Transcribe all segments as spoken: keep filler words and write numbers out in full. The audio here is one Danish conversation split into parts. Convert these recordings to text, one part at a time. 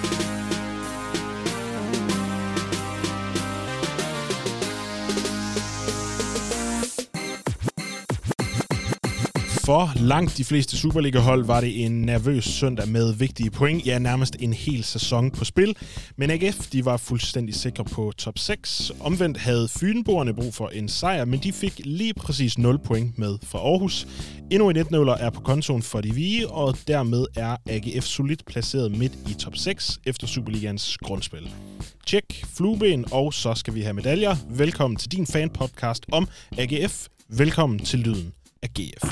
For langt de fleste Superliga-hold var det en nervøs søndag med vigtige point. Ja, nærmest en hel sæson på spil. Men A G F de var fuldstændig sikre på top seks. Omvendt havde Fynboerne brug for en sejr, men de fik lige præcis nul point med fra Aarhus. Endnu en et-nul'er er på kontoen for de hvide, og dermed er A G F solidt placeret midt i top seks efter Superligans grundspil. Tjek, flueben, og så skal vi have medaljer. Velkommen til din fan-podcast om A G F. Velkommen til lyden af G F.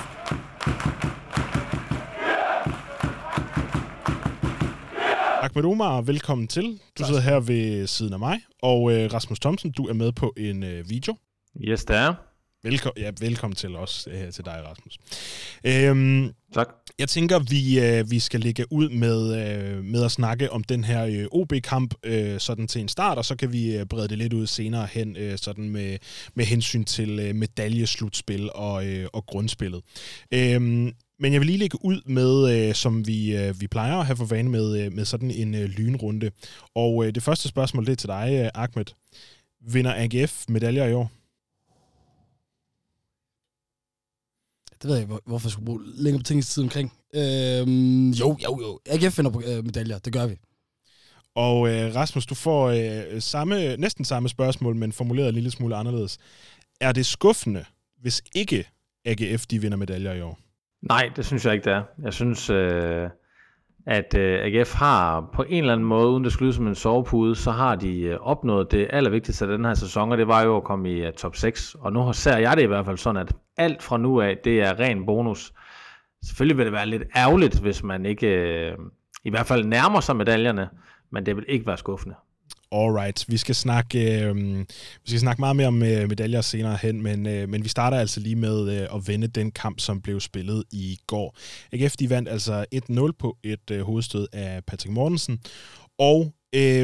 Ahmed Omar, velkommen til. Du sidder her ved siden af mig, og øh, Rasmus Thomsen, du er med på en øh, video. Yes, det er. Velkom- ja, velkommen til os, øh, til dig, Rasmus. Øhm, tak. Jeg tænker, vi øh, vi skal lægge ud med øh, med at snakke om den her øh, O B-kamp øh, sådan til en start, og så kan vi øh, brede det lidt ud senere hen, øh, sådan med med hensyn til øh, medaljeslutspil og øh, og grundspillet. Øhm, Men jeg vil lige lægge ud med, øh, som vi, øh, vi plejer at have for vane med, øh, med sådan en øh, lynrunde. Og øh, det første spørgsmål, det er til dig, øh, Ahmed. Vinder A G F medaljer i år? Det ved jeg ikke, hvorfor jeg skulle bruge længere betænkningstid omkring. Øhm, jo, jo, jo. A G F vinder øh, medaljer, det gør vi. Og øh, Rasmus, du får øh, samme, næsten samme spørgsmål, men formuleret en lille smule anderledes. Er det skuffende, hvis ikke A G F de vinder medaljer i år? Nej, det synes jeg ikke, det er. Jeg synes, øh, at øh, A G F har på en eller anden måde, uden det skal lyde som en sovepude, så har de øh, opnået det allervigtigste af den her sæson, og det var jo at komme i uh, top seks. Og nu ser jeg det i hvert fald sådan, at alt fra nu af, det er ren bonus. Selvfølgelig vil det være lidt ærgerligt, hvis man ikke øh, i hvert fald nærmer sig medaljerne, men det vil ikke være skuffende. Alright, vi skal snakke øh, vi skal snakke meget mere om øh, medaljer senere hen, men øh, men vi starter altså lige med øh, at vende den kamp, som blev spillet i går. A G F de vandt altså et-nul på et øh, hovedstød af Patrick Mortensen. Og øh,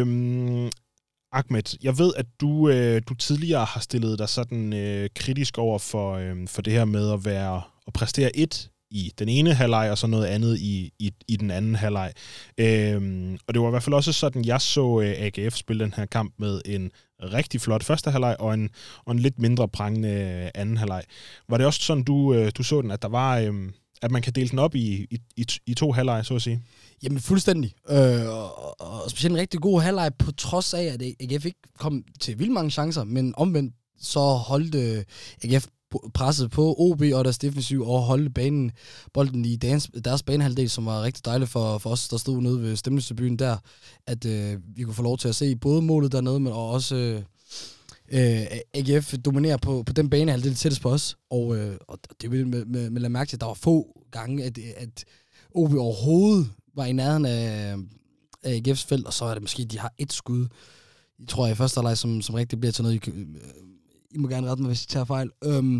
Ahmed, jeg ved, at du øh, du tidligere har stillet dig sådan øh, kritisk over for øh, for det her med at være at præstere et i den ene halvleg, og så noget andet i, i, i den anden halvleg. Øhm, og det var i hvert fald også sådan, jeg så øh, A G F spille den her kamp med en rigtig flot første halvleg, og en, og en lidt mindre prangende anden halvleg. Var det også sådan, du, øh, du så den, at der var, øh, at man kan dele den op i, i, i, i to halvleg, så at sige? Jamen fuldstændig. Øh, og, og specielt en rigtig god halvleg, på trods af, at A G F ikke kom til vildt mange chancer, men omvendt så holdt øh, A G F presset på O B og deres defensiv og holde banen, bolden i deres, deres banehalvdel, som var rigtig dejligt for, for os, der stod nede ved stemningstribunen der, at øh, vi kunne få lov til at se både målet dernede, men også øh, øh, A G F dominerer på, på den banehalvdel tættest på os, og, øh, og det vil med, med, med lade mærke til, at der var få gange, at, at O B overhovedet var i nærheden af, af A G F's felt, og så er det måske, de har et skud, jeg tror jeg, i første halvleg, som, som rigtig bliver til noget i I må gerne rette mig, hvis jeg tager fejl. Øhm,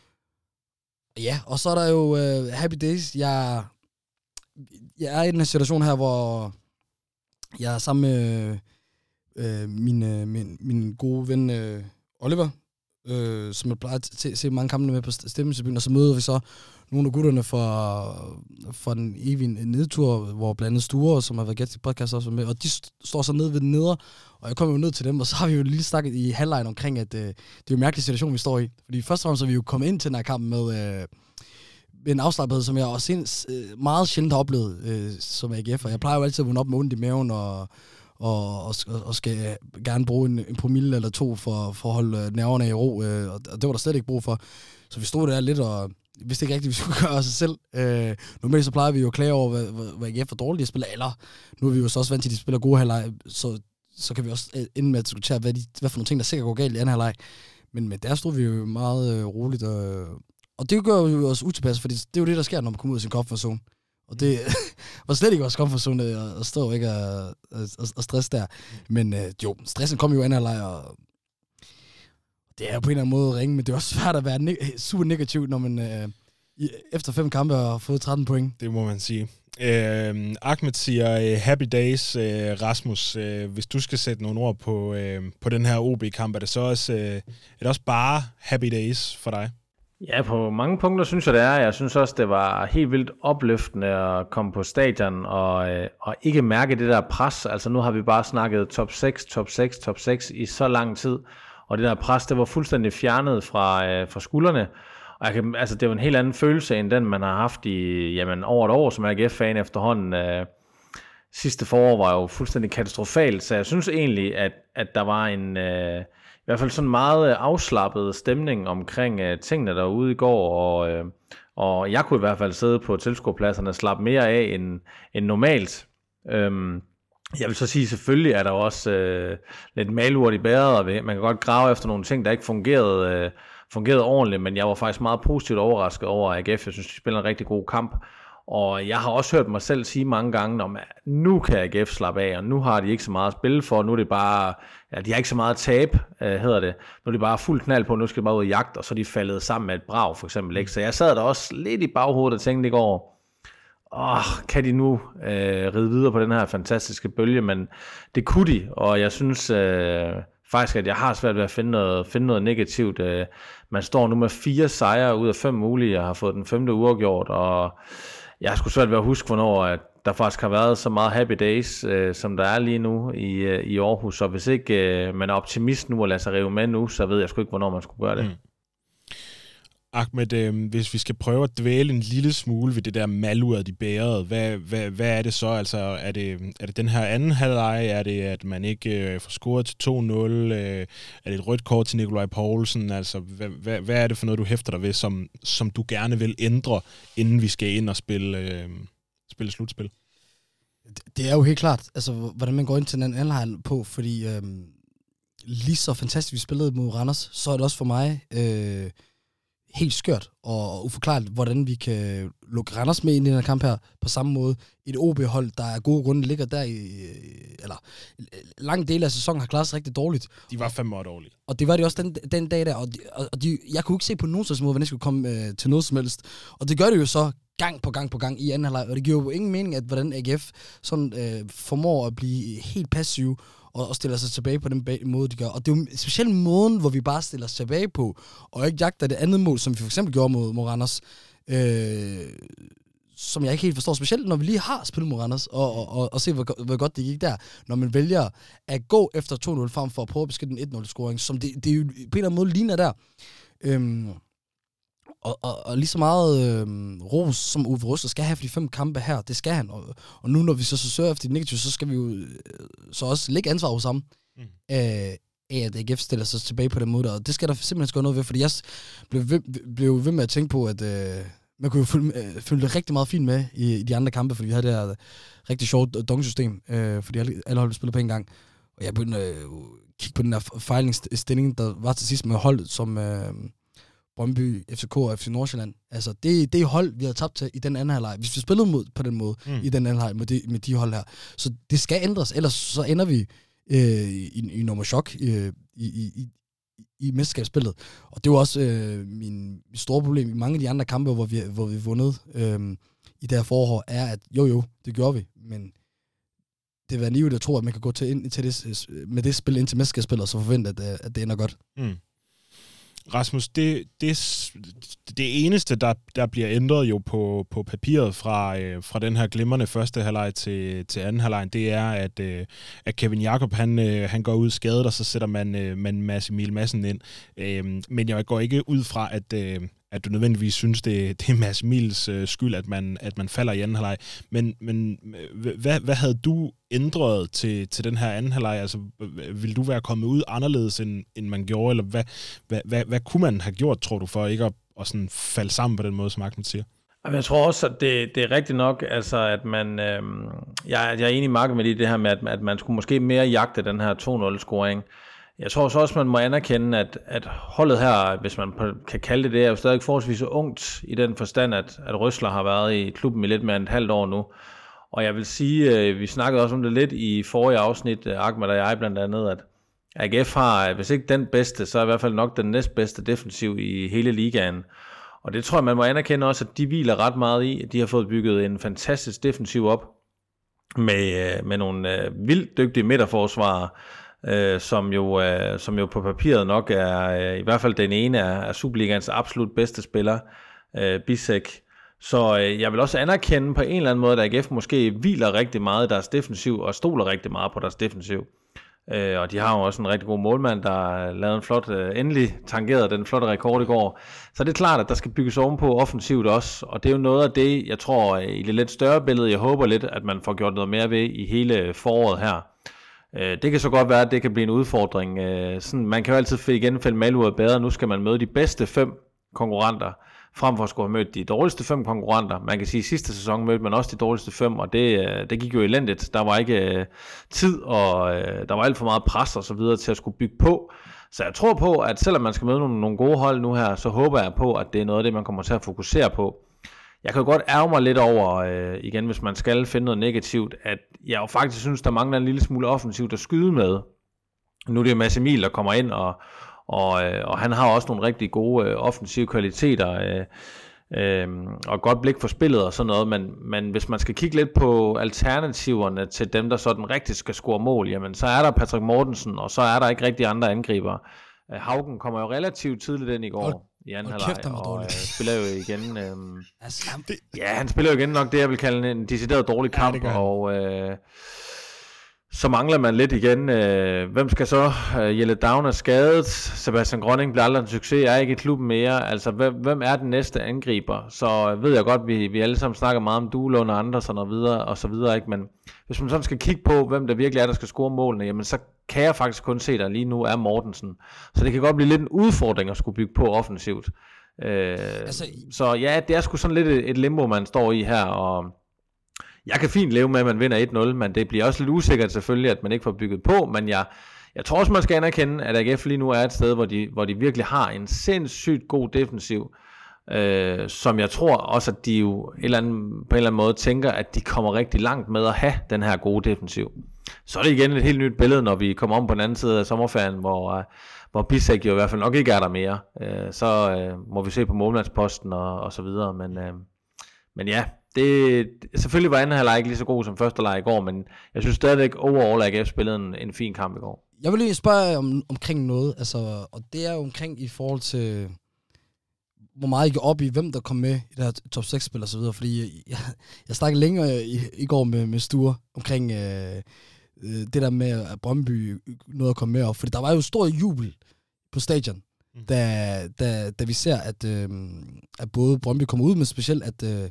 ja, og så er der jo uh, Happy Days. Jeg, jeg er i den her situation her, hvor jeg er sammen med øh, min, øh, min, min gode ven øh, Oliver, øh, som jeg plejer til at se mange kampe med på stemningstribunen, og så møder vi så nogle af gutterne fra, fra den evige nedtur, hvor blandt andet Sture, som har været gæst i podcast også med, og de st- står så nede ved den neder, og jeg kommer jo ned til dem, og så har vi jo lige snakket i halvlejen omkring, at øh, det er jo en mærkelig situation, vi står i. Fordi først og fremmest er vi jo kommet ind til den her kamp med, øh, med en afslappethed, som jeg også sinds, øh, meget sjældent har oplevet øh, som A G F, og jeg plejer jo altid at vågne op med ondt i maven, og Og, og, og skal gerne bruge en, en promille eller to for, for at holde nerverne i ro, øh, og det var der slet ikke brug for. Så vi stod der lidt og vidste ikke rigtigt, hvad vi skulle gøre os selv. Øh, normalt så plejer vi jo at klage over, hvad, hvad A G F er dårligt, de spiller, eller nu er vi jo så også vant til, at de spiller gode halvleg, så, så kan vi også ende med at diskutere, hvad, de, hvad for nogle ting, der sikkert går galt i anden halvleg. Men med der stod vi jo meget øh, roligt, og, og det gør jo os utilpas, for det er jo det, der sker, når man kommer ud af sin comfort zone. Og det var slet ikke vores comfort zone at stå ikke og, og, og stresse der. Men øh, jo, stressen kom jo i anden halvleg, og det er jo på en eller anden måde ringe, men det er også svært at være ne- super negativ, når man øh, efter fem kampe har fået tretten point. Det må man sige. Øh, Ahmed siger uh, happy days, uh, Rasmus. Uh, hvis du skal sætte nogle ord på, uh, på den her O B-kamp, er det så også, uh, er det også bare happy days for dig? Ja, på mange punkter synes jeg, det er. Jeg synes også, det var helt vildt opløftende at komme på stadion og, øh, og ikke mærke det der pres. Altså nu har vi bare snakket top seks, top seks, top seks i så lang tid, og det der pres, det var fuldstændig fjernet fra, øh, fra skuldrene. Og jeg kan, altså, det var en helt anden følelse, end den man har haft i jamen, over et år som A G F-fan efterhånden. Øh, sidste forår var jo fuldstændig katastrofalt, så jeg synes egentlig, at, at der var en... Øh, i hvert fald sådan meget afslappet stemning omkring uh, tingene derude i går, og, uh, og jeg kunne i hvert fald sidde på tilskuerpladserne og slappe mere af end, end normalt. Um, jeg vil så sige, selvfølgelig er der også uh, lidt malurt i bæret, og man kan godt grave efter nogle ting, der ikke fungerede, uh, fungerede ordentligt, men jeg var faktisk meget positivt overrasket over A G F. Jeg synes, de spiller en rigtig god kamp. Og jeg har også hørt mig selv sige mange gange, at nu kan A G F slappe af, og nu har de ikke så meget at spille for, nu er det bare, ja, de har ikke så meget tab, øh, hedder det, nu er det bare fuld knald på, nu skal de bare ud i jagt, og så er de faldet sammen med et brag, for eksempel, ikke? Så jeg sad der også lidt i baghovedet og tænkte i går, åh, kan de nu øh, ride videre på den her fantastiske bølge, men det kunne de, og jeg synes øh, faktisk, at jeg har svært ved at finde noget, finde noget negativt. Øh, man står nu med fire sejre ud af fem mulige, og har fået den femte uafgjort, og jeg har sgu svært ved at huske, hvornår at der faktisk har været så meget happy days, øh, som der er lige nu i, øh, i Aarhus. Så hvis ikke øh, man er optimist nu og lader sig rive med nu, så ved jeg sgu ikke, hvornår man skulle gøre det. Mm. Ahmed, øh, hvis vi skal prøve at dvæle en lille smule ved det der malurt i bæret, hvad, hvad, hvad er det så? Altså, er det, er det den her anden halvleg? Er det, at man ikke øh, får scoret til to nul? Øh, er det et rødt kort til Nikolaj Poulsen? Altså, hvad, hvad, hvad er det for noget, du hæfter dig ved, som, som du gerne vil ændre, inden vi skal ind og spille, øh, spille slutspil? Det er jo helt klart, altså, hvordan man går ind til den anden halvleg på, fordi øh, lige så fantastisk vi spillede mod Randers, så er det også for mig... Øh, helt skørt og uforklarligt, hvordan vi kan lukke Randers med ind i den her kamp her, på samme måde. Et O B-hold, der er gode grunde, ligger der i, eller lang del af sæsonen har klaret sig rigtig dårligt. De var fem år dårligt. Og det var de også den, den dag der, og, de, og de, jeg kunne ikke se på nogen måde, hvordan de skulle komme øh, til noget som helst. Og det gør det jo så gang på gang på gang i anden halvleg, og det giver jo ingen mening, at hvordan A G F sådan øh, formår at blive helt passiv, og, og stiller sig tilbage på den måde, de gør. Og det er jo specielt måden, hvor vi bare stiller os tilbage på, og ikke jagter det andet mål, som vi for eksempel gjorde mod, mod Randers, øh, som jeg ikke helt forstår, specielt når vi lige har spillet mod Randers, og, og, og, og se, hvor, hvor godt det gik der, når man vælger at gå efter to nul frem for at prøve at beskytte en et nul-scoring, som det, det er jo på en eller anden måde ligner der. Øhm, Og, og, og lige så meget øh, ros, som Uwe Røsler skal have for de fem kampe her, det skal han. Og, og nu, når vi så, så søger efter det negative, så skal vi jo øh, så også lægge ansvar hos ham, mm. af, af at A G F stiller sig tilbage på den måde. Og det skal der simpelthen gøre noget ved, fordi jeg blev ved, blev ved med at tænke på, at øh, man kunne jo følge, øh, følge rigtig meget fint med i, i de andre kampe, fordi vi havde det her rigtig sjovt dunk-system, øh, fordi alle, alle hold spillede på en gang. Og jeg begyndte at øh, kigge på den der fejlingsstilling, der var til sidst med holdet, som... Øh, Brøndby, F C K og F C Nordsjælland. Altså, det, det er hold, vi havde tabt til i den anden halvleg. Hvis vi spillede mod på den måde, mm. i den anden halvleg med de, med de hold her. Så det skal ændres, ellers så ender vi øh, i, i nummer chok øh, i, i, i, i mesterskabsspillet. Og det var også øh, min, min store problem i mange af de andre kampe, hvor vi hvor vi vundet øh, i det her forår, er, at jo jo, det gjorde vi, men det var livet, der tror, at man kan gå til, ind, til det, med det spil ind til mesterskabsspillet, og så forvente, at, at det ender godt. Mm. Rasmus, det, det, det eneste, der, der bliver ændret jo på, på papiret fra, øh, fra den her glimrende første halvleg til, til anden halvleg, det er, at, øh, at Kevin Jakob, han, øh, han går ud skadet, og så sætter man, øh, man Mads Emil Madsen ind. Øh, men jeg går ikke ud fra, at, øh, at du nødvendigvis synes, det, det er Mads Emils øh, skyld, at man, at man falder i anden halvleg. Men, men hvad, hvad havde du ændret til, til den her anden halvleg? Altså, ville du være kommet ud anderledes, end, end man gjorde? Eller hvad, hvad, hvad, hvad kunne man have gjort, tror du, for ikke at, at sådan falde sammen på den måde, som Ahmed siger? Jeg tror også, at det, det er rigtigt nok, altså at man, øh, jeg, jeg er enig i Mark med det her med, at, at man skulle måske mere jagte den her to nul-scoring. Jeg tror så også, man må anerkende, at, at holdet her, hvis man kan kalde det det, er jo stadig forholdsvis ungt i den forstand, at, at Røsler har været i klubben i lidt mere end et halvt år nu. Og jeg vil sige, vi snakkede også om det lidt i forrige afsnit, Ahmed og jeg blandt andet, at A G F har, hvis ikke den bedste, så er i hvert fald nok den næstbedste defensiv i hele ligaen. Og det tror jeg, man må anerkende også, at de hviler ret meget i. De har fået bygget en fantastisk defensiv op med, med nogle vildt dygtige midterforsvarere. øh, som, jo, øh, som jo på papiret nok er øh, i hvert fald den ene af, af Superligans absolut bedste spiller, øh, Bisek. Så øh, jeg vil også anerkende på en eller anden måde, at A G F måske hviler rigtig meget i deres defensiv, og stoler rigtig meget på deres defensiv. Øh, og de har jo også en rigtig god målmand, der lavede en flot, øh, endelig tangeret den flotte rekord i går. Så det er klart, at der skal bygges ovenpå offensivt også, og det er jo noget af det, jeg tror i det lidt større billede, jeg håber lidt, at man får gjort noget mere ved i hele foråret her. Øh, det kan så godt være, at det kan blive en udfordring. Øh, sådan, man kan jo altid igen fælde malurt bedre, nu skal man møde de bedste fem konkurrenter, frem for at skulle have mødt de dårligste fem konkurrenter. Man kan sige, at sidste sæson mødte man også de dårligste fem, og det, det gik jo elendigt. Der var ikke uh, tid, og uh, der var alt for meget pres og så videre til at skulle bygge på. Så jeg tror på, at selvom man skal møde nogle, nogle gode hold nu her, så håber jeg på, at det er noget af det, man kommer til at fokusere på. Jeg kan jo godt ærge mig lidt over, uh, igen hvis man skal finde noget negativt, at jeg jo faktisk synes, der mangler en lille smule offensivt at skyde med. Nu er det jo Mads Emil, der kommer ind, og Og, øh, og han har også nogle rigtig gode øh, offensive kvaliteter øh, øh, og godt blik for spillet og sådan noget, men, men hvis man skal kigge lidt på alternativerne til dem, der sådan rigtig skal score mål, jamen så er der Patrick Mortensen, og så er der ikke rigtig andre angribere. Øh, Haugen kommer jo relativt tidligt ind i går hold, i anden halvleg, og øh, spiller jo igen øh, altså, ja, han spiller jo igen nok det, jeg vil kalde en decideret dårlig kamp, ja, og øh, så mangler man lidt igen. Hvem skal så? Jelle Down er skadet. Sebastian Grønning bliver aldrig en succes. Er ikke i klubben mere. Altså, hvem, hvem er den næste angriber? Så ved jeg godt, vi, vi alle sammen snakker meget om Duelund og Andersen og videre, og så videre, ikke? Men hvis man sådan skal kigge på, hvem der virkelig er, der skal score målene, jamen så kan jeg faktisk kun se, der lige nu er Mortensen. Så det kan godt blive lidt en udfordring at skulle bygge på offensivt. Øh, altså, så ja, det er sgu sådan lidt et, et limbo, man står i her, og jeg kan fint leve med, at man vinder et nul, men det bliver også lidt usikkert selvfølgelig, at man ikke får bygget på, men jeg, jeg tror også, man skal anerkende, at A G F lige nu er et sted, hvor de, hvor de virkelig har en sindssygt god defensiv, øh, som jeg tror også, at de jo et eller andet, på en eller anden måde tænker, at de kommer rigtig langt med at have den her gode defensiv. Så er det igen et helt nyt billede, når vi kommer om på den anden side af sommerferien, hvor, hvor Bisek jo i hvert fald nok ikke er der mere. Øh, så øh, må vi se på målmandsposten og, og så videre, men, øh, men ja, det, selvfølgelig var anden halvleg ikke lige så god som første halvleg i går, men jeg synes stadigvæk overall, at A G F spillede en, en fin kamp i går. Jeg vil lige spørge om, omkring noget, altså, og det er jo omkring i forhold til, hvor meget I går op i, hvem der kom med i det her top seks-spil og så videre, fordi jeg, jeg snakkede længere i, i går med, med Sture omkring øh, det der med, at Brøndby nåede at komme med op, fordi der var jo stor jubel på stadion, mm. da, da, da vi ser, at, øh, at både Brøndby kommer ud, men specielt at øh,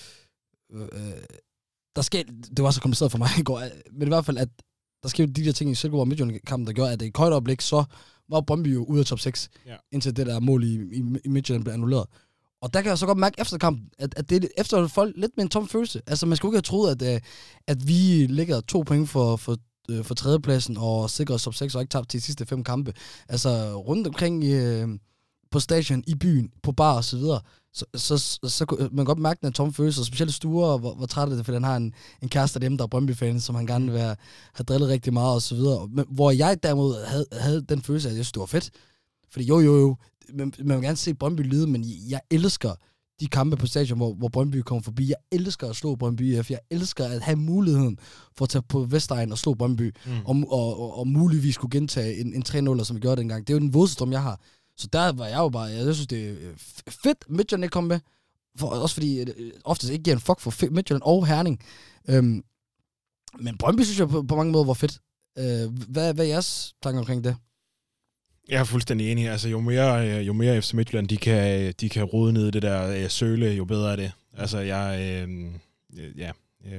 øh, der sker, det var så kompliceret for mig i går, men i hvert fald, at der skete de der ting i Silkeborg Midtjylland-kampen, der gjorde, at i et køjt øjeblik, så var Brøndby jo ude af top seks, ja. Indtil det der mål i, i, i Midtjylland blev annulleret. Og der kan jeg så godt mærke efter kampen, at, at det efter folk lidt med en tom følelse. Altså, man skulle ikke have troet, at, at vi ligger to point for, for, for tredjepladsen og sikrer top seks og ikke tabt til de sidste fem kampe. Altså, rundt omkring øh, på stadion, i byen, på bar og så videre, så, så, så, så kunne man godt mærke den tom følelse, og specielt Sture, hvor, hvor træt er det, fordi han har en, en kæreste af dem, der er Brøndby-fan, som han gerne vil have, have drillet rigtig meget og så videre. Men, hvor jeg derimod havde, havde den følelse, at jeg synes, det var fedt. Fordi jo, jo, jo, man, man vil gerne se Brøndby lide, men jeg elsker de kampe på stadion, hvor, hvor Brøndby kommer forbi. Jeg elsker at slå Brøndby I F. Jeg elsker at have muligheden for at tage på Vestegn og slå Brøndby, mm. og, og, og, og muligvis kunne gentage en, en tre nul, som vi gjorde dengang. Det er jo den vådstrøm, jeg har. Så der var jeg jo bare, jeg synes, det er fedt, Midtjylland ikke kom med. For, også fordi det oftest ikke giver en fuck for Midtjylland og Herning. Øhm, men Brøndby synes jeg på, på mange måder var fedt. Øh, hvad, hvad er jeres tanker omkring det? Jeg er fuldstændig enig. Altså, jo mere, jo mere F C Midtjylland, de kan, de kan rode ned i det der søle, jo bedre er det. Altså, jeg... Øh, ja...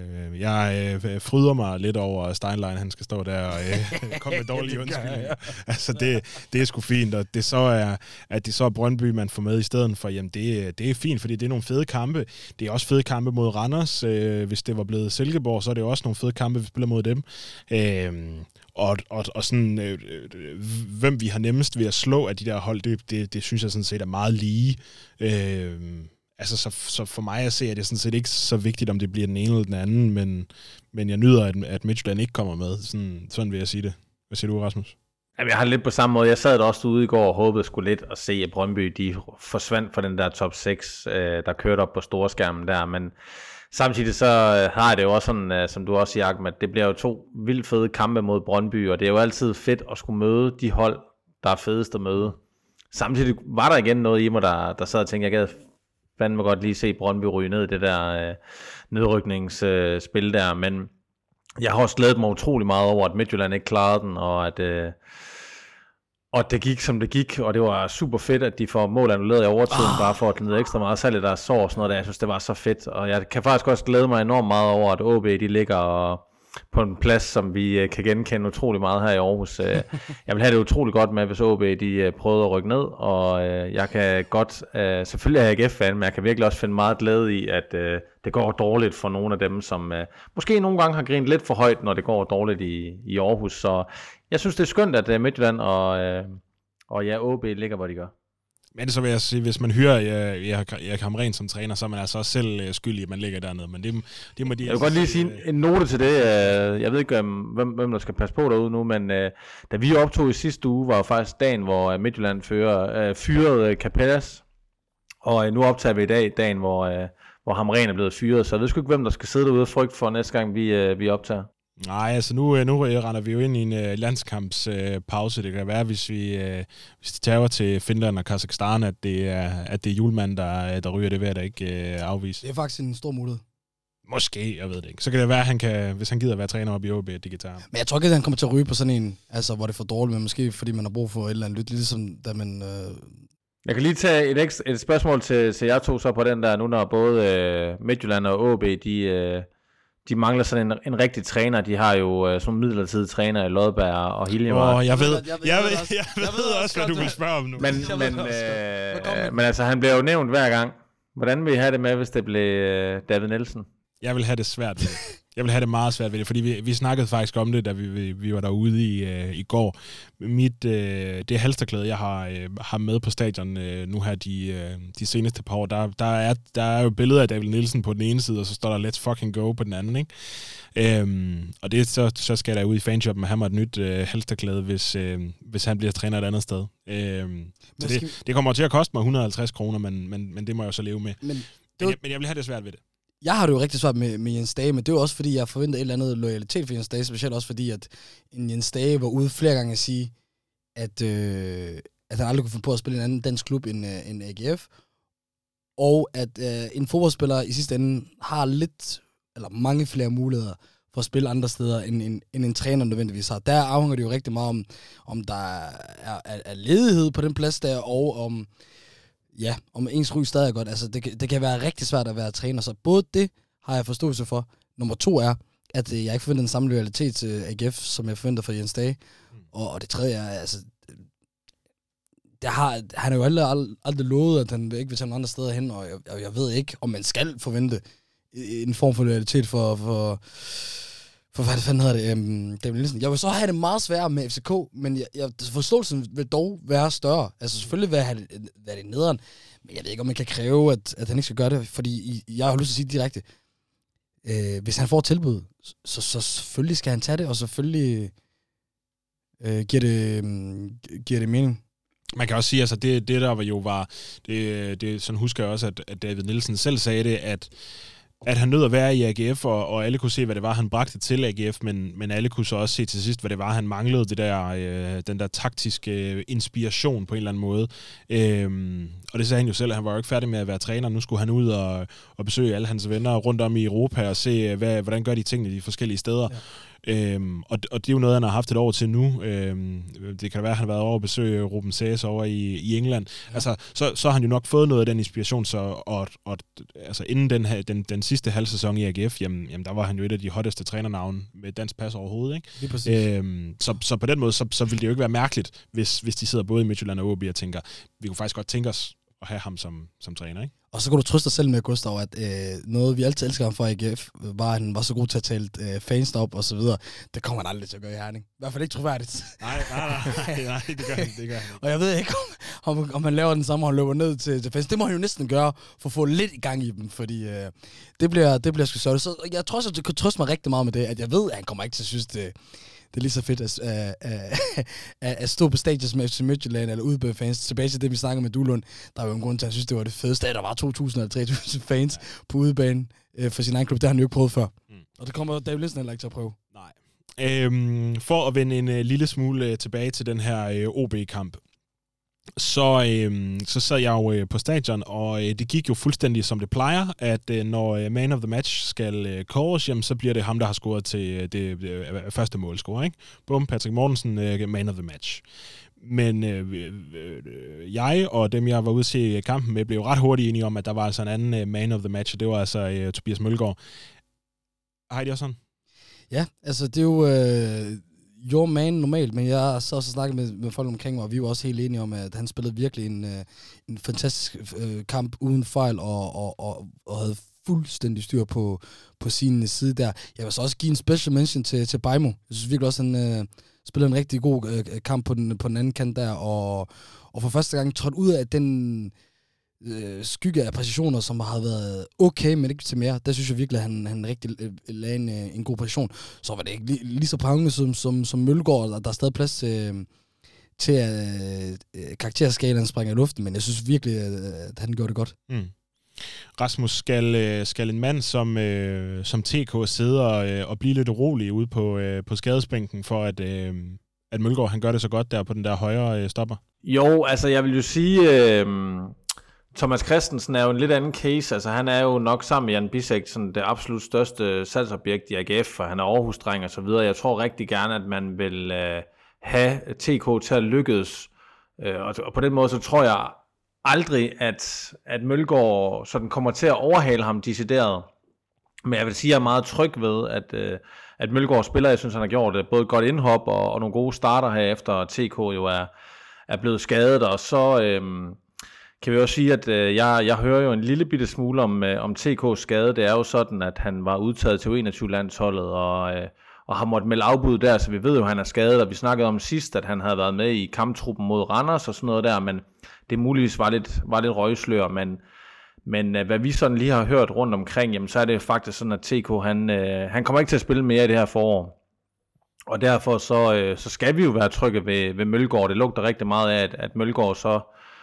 Jeg øh, fryder mig lidt over Steinlein, han skal stå der og øh, komme med dårlige undskyldninger. Altså, det, det er sgu fint, og det så er, at det så er Brøndby, man får med i stedet for, jamen, det, det er fint, fordi det er nogle fede kampe. Det er også fede kampe mod Randers. Øh, hvis det var blevet Silkeborg, så er det også nogle fede kampe, vi spiller mod dem. Øh, og, og, og sådan, øh, hvem vi har nemmest ved at slå af de der hold, det, det, det synes jeg sådan set er meget lige. Øh, Altså, så, så for mig at se, at det sådan set ikke så vigtigt, om det bliver den ene eller den anden, men, men jeg nyder, at, at Midtjylland ikke kommer med. Sådan, sådan vil jeg sige det. Hvad siger du, Rasmus? Jamen, jeg har lidt på samme måde. Jeg sad der også ude i går og håbede sgu lidt at se, at Brøndby, de forsvandt fra den der top seks, øh, der kørte op på store skærmen der, men Samtidig så har det jo også sådan, som du også siger, at det bliver jo to vildt fede kampe mod Brøndby, og det er jo altid fedt at skulle møde de hold, der er fedest at møde. Samtidig var der igen noget i mig, der, der sad og tænkte, jeg gad fandme godt lige se Brøndby ryge ned i det der øh, nedrykningsspil øh, der, men jeg har også glædet mig utrolig meget over, at Midtjylland ikke klarede den, og at, øh, og at det gik, som det gik, og det var super fedt, at de får mål annulleret i overtiden, oh. bare for at gnide ekstra meget, særligt der er sår og sådan noget der. Jeg synes, det var så fedt, og jeg kan faktisk også glæde mig enormt meget over, at O B, de ligger og på en plads, som vi kan genkende utrolig meget her i Aarhus. Jeg vil have det utrolig godt med, hvis O B de prøvede at rykke ned, og jeg kan godt, selvfølgelig er jeg A G F-fan, men jeg kan virkelig også finde meget glæde i, at det går dårligt for nogle af dem, som måske nogle gange har grint lidt for højt, når det går dårligt i, i Aarhus. Så jeg synes, det er skønt, at Midtjylland og, og ja, O B ligger, hvor de gør. Men så vil jeg sige, hvis man hører Erik Hamrén som træner, så er man altså også selv skyldig, at man ligger dernede. Men det, det må de... Jeg vil godt lige sige en note til det. Jeg ved ikke, hvem, hvem der skal passe på derude nu, men da vi optog i sidste uge, var jo faktisk dagen, hvor Midtjylland fører, fyrede Capellas. Og nu optager vi i dag dagen, hvor, hvor Hamrén er blevet fyret. Så jeg ved sgu ikke, hvem der skal sidde derude og frygte for næste gang, vi, vi optager. Nej, altså nu, nu render vi jo ind i en uh, landskampspause. Uh, det kan være, hvis vi, uh, hvis de tager til Finland og Kazakhstan, at det er, at det er Julemand, der, der ryger, det ved jeg da ikke uh, afvise. Det er faktisk en stor mulighed. Måske, jeg ved det ikke. Så kan det være, at han kan, hvis han gider være træner op i O B, at de kan tage ham. Men jeg tror ikke, at han kommer til at ryge på sådan en, altså hvor det er for dårligt, men måske fordi man har brug for et eller andet lyt, ligesom da man... Uh... Jeg kan lige tage et, ekstra, et spørgsmål til, til jer to så på den der, nu når både uh, Midtjylland og O B, de... Uh, De mangler sådan en, en rigtig træner. De har jo uh, sådan midlertidige træner i Lodberg og Hiljemark. Åh, oh, jeg ved, jeg, jeg, jeg, jeg, ved, jeg, jeg ved også, hvad du vil spørge om nu. Men, men, øh, men altså, han bliver jo nævnt hver gang. Hvordan vil I have det med, hvis det blev uh, David Nielsen? Jeg vil have det svært ved det. Jeg vil have det meget svært ved det, fordi vi, vi snakkede faktisk om det, da vi, vi, vi var derude i, øh, i går. Mit, øh, det halsterklæde, jeg har, øh, har med på stadion øh, nu her de, øh, de seneste par år, der, der, er, der er jo billeder af David Nielsen på den ene side, og så står der Let's fucking go på den anden, ikke? Øhm, og det, så, så skal der ud i fanshoppen med ham og et nyt øh, halsterklæde, hvis, øh, hvis han bliver træner et andet sted. Øhm, så det, det kommer til at koste mig et hundrede og halvtreds kroner, men, men, men det må jeg jo så leve med. Men, men, jeg, men jeg vil have det svært ved det. Jeg har det jo rigtig svært med, med Jens Dage, men det er jo også fordi, jeg forventer et eller andet loyalitet for Jens Dage, specielt også fordi, at en Jens Dage var ude flere gange at sige, at, øh, at han aldrig kunne finde på at spille en anden dansk klub end, øh, end A G F, og at øh, en fodboldspiller i sidste ende har lidt, eller mange flere muligheder for at spille andre steder, end, end, end en træner nødvendigvis har. Der afhænger det jo rigtig meget om, om der er, er, er ledighed på den plads der, og om... Ja, om ens ryg stadig er godt. Altså, det, det kan være rigtig svært at være træner, så både det har jeg forståelse for. Nummer to er, at jeg ikke forventer den samme loyalitet til A G F, som jeg forventer for Jens Dage. Mm. Og, og det tredje er, altså, det har, han har jo aldrig, aldrig, aldrig lovet, at han ikke vil tage nogle andre steder hen, og jeg, jeg ved ikke, om man skal forvente en form for loyalitet for... for For hvad fanden hedder det? Um, David Nielsen. Jeg vil så have det meget sværere med F C K, men jeg, jeg, forståelsen vil dog være større. Altså selvfølgelig vil jeg have det, være det nederen, men jeg ved ikke, om man kan kræve, at, at han ikke skal gøre det, fordi jeg har lyst til at sige det direkte. Øh, hvis han får tilbud, så, så selvfølgelig skal han tage det, og selvfølgelig øh, giver, det, um, giver det mening. Man kan også sige, altså det, det der jo var, det, det, sådan husker jeg også, at, at David Nielsen selv sagde det, at at han nød at være i A G F, og, og alle kunne se, hvad det var, han bragte til A G F, men, men alle kunne så også se til sidst, hvad det var, han manglede, det der, øh, den der taktiske øh, inspiration på en eller anden måde. Øhm, og det sagde han jo selv, at han var jo ikke færdig med at være træner. Nu skulle han ud og, og besøge alle hans venner rundt om i Europa og se, hvad, hvordan gør de tingene i de forskellige steder. Ja. Øhm, og, og det er jo noget, han har haft et år til nu. Øhm, det kan være, at han har været over at besøge Ruben Saez over i, i England. Ja. Altså, så, så har han jo nok fået noget af den inspiration, så, og, og altså, inden den, her, den, den sidste halv sæson i A G F, jamen, jamen, der var han jo et af de hotteste trænernavne med dansk pas overhovedet. Ikke? Øhm, så, så på den måde, så, så ville det jo ikke være mærkeligt, hvis, hvis de sidder både i Midtjylland og O B og tænker, vi kunne faktisk godt tænke os at have ham som, som træner, ikke? Og så kan du trøste dig selv med, Gustav, at øh, noget, vi altid elsker ham for A G F, var, at han var så god til at tale øh, fans op og så videre. Det kommer han aldrig til at gøre i Herning. I hvert fald ikke troværdigt. Nej, nej, nej, nej, det gør han, det gør han. Og jeg ved ikke, om, om, om han laver den samme, og han løber ned til, til fans. Det må han jo næsten gøre, for at få lidt i gang i dem, fordi øh, det bliver, det bliver sgu sørgeligt. Så jeg tror også, at det kan trøste mig rigtig meget med det, at jeg ved, at han kommer ikke til at synes, det, det er lige så fedt at, at, at, at stå på stages med F C Midtjylland eller ude på fans. Tilbage til det, vi snakker med Duelund. Der er jo en grund til, at jeg synes, det var det fedeste, at der var to tusind eller tre tusind fans på udebane øh, for sin egen klub. Det har han jo ikke prøvet før. Mm. Og det kommer David Nielsen heller ikke til at prøve. Nej. Øhm, for at vende en uh, lille smule uh, tilbage til den her uh, O B-kamp, så, øhm, så sad jeg jo øh, på stadion, og øh, det gik jo fuldstændig som det plejer, at øh, når øh, man of the match skal øh, kåres, jamen, så bliver det ham, der har scoret til øh, det øh, første målscore, ikke? Bum, Patrick Mortensen, øh, man of the match. Men øh, øh, jeg og dem, jeg var ude at se kampen med, blev ret hurtigt enige om, at der var altså en anden øh, man of the match, og det var altså øh, Tobias Mølgaard. Har I det også sådan? Ja, altså det er jo... Øh your man normalt, men jeg har så også snakket med, med folk omkring mig, og vi var også helt enige om, at han spillede virkelig en, øh, en fantastisk øh, kamp uden fejl, og, og, og, og havde fuldstændig styr på, på sin side der. Jeg vil så også give en special mention til, til Bajmo. Jeg synes virkelig også, at han øh, spillede en rigtig god øh, kamp på den, på den anden kant der, og, og for første gang trådte ud af den øh, skygge af præcisioner, som har været okay, men ikke til mere. Der synes jeg virkelig, at han, han rigtig lagde en, en god præcision. Så var det ikke lige, lige så prangende som, som, som Mølgaard, og der er stadig plads til, til at øh, karakterskalaen springer i luften, men jeg synes virkelig, at han gjorde det godt. Mm. Rasmus, skal, skal en mand som, øh, som T K sidde og, øh, og blive lidt urolig ude på, øh, på skadesbænken, for at, øh, at Mølgaard han gør det så godt der på den der højre øh, stopper? Jo, altså jeg vil jo sige... Øh... Thomas Christensen er jo en lidt anden case, altså han er jo nok sammen med Jan Bisek sådan det absolut største salgsobjekt i A G F, for han er Aarhus-dreng og så videre. Jeg tror rigtig gerne, at man vil øh, have T K til at lykkes, øh, og, og på den måde så tror jeg aldrig, at, at Mølgaard sådan kommer til at overhale ham decideret. Men jeg vil sige, at jeg er meget tryg ved, at, øh, at Mølgaard spiller, jeg synes han har gjort det, både et godt indhop og, og nogle gode starter her, efter T K jo er, er blevet skadet, og så... Øh, kan vi også sige, at øh, jeg, jeg hører jo en lille bitte smule om, øh, om T K's skade. Det er jo sådan, at han var udtaget til U enogtyve-landsholdet og, øh, og har måttet melde afbud der, så vi ved jo, at han er skadet. Og vi snakkede om sidst, at han havde været med i kamptruppen mod Randers og sådan noget der, men det muligvis var lidt, var lidt røgslør. Men, men øh, hvad vi sådan lige har hørt rundt omkring, jamen, så er det faktisk sådan, at T K han, øh, han kommer ikke til at spille mere i det her forår. Og derfor så, øh, så skal vi jo være trygge ved, ved Mølgaard. Det lugter rigtig meget af, at, at Mølgaard så...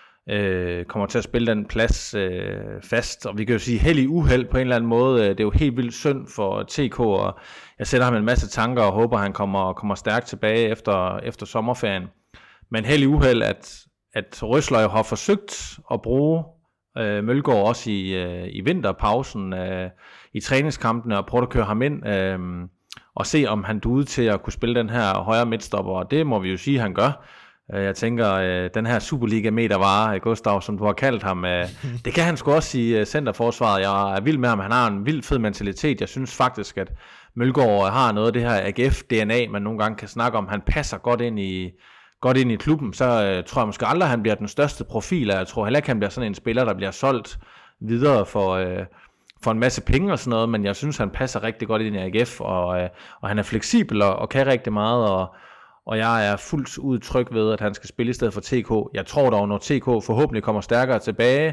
Øh, kommer til at spille den plads øh, fast, og vi kan jo sige held i uheld på en eller anden måde. Det er jo helt vildt synd for T K, og jeg sætter ham en masse tanker og håber, han kommer, kommer stærkt tilbage efter, efter sommerferien. Men held i uheld, at, at Røsler har forsøgt at bruge øh, Mølgaard også i, øh, i vinterpausen øh, i træningskampene og prøve at køre ham ind øh, og se, om han duede til at kunne spille den her højre midtstopper, og det må vi jo sige, at han gør. Jeg tænker, den her Superliga-meter var, Gustav, som du har kaldt ham, det kan han sgu også i centerforsvaret. Jeg er vild med ham, han har en vild fed mentalitet. Jeg synes faktisk, at Mølgaard har noget af det her A G F-D N A, man nogle gange kan snakke om. Han passer godt ind i, godt ind i klubben, så tror jeg måske aldrig, at han bliver den største profil. Jeg tror heller ikke, han bliver sådan en spiller, der bliver solgt videre for... for en masse penge og sådan noget, men jeg synes, han passer rigtig godt ind i A G F, og, og han er fleksibel og, og kan rigtig meget, og Og jeg er fuldt ud tryg ved, at han skal spille i stedet for T K. Jeg tror dog, når T K forhåbentlig kommer stærkere tilbage,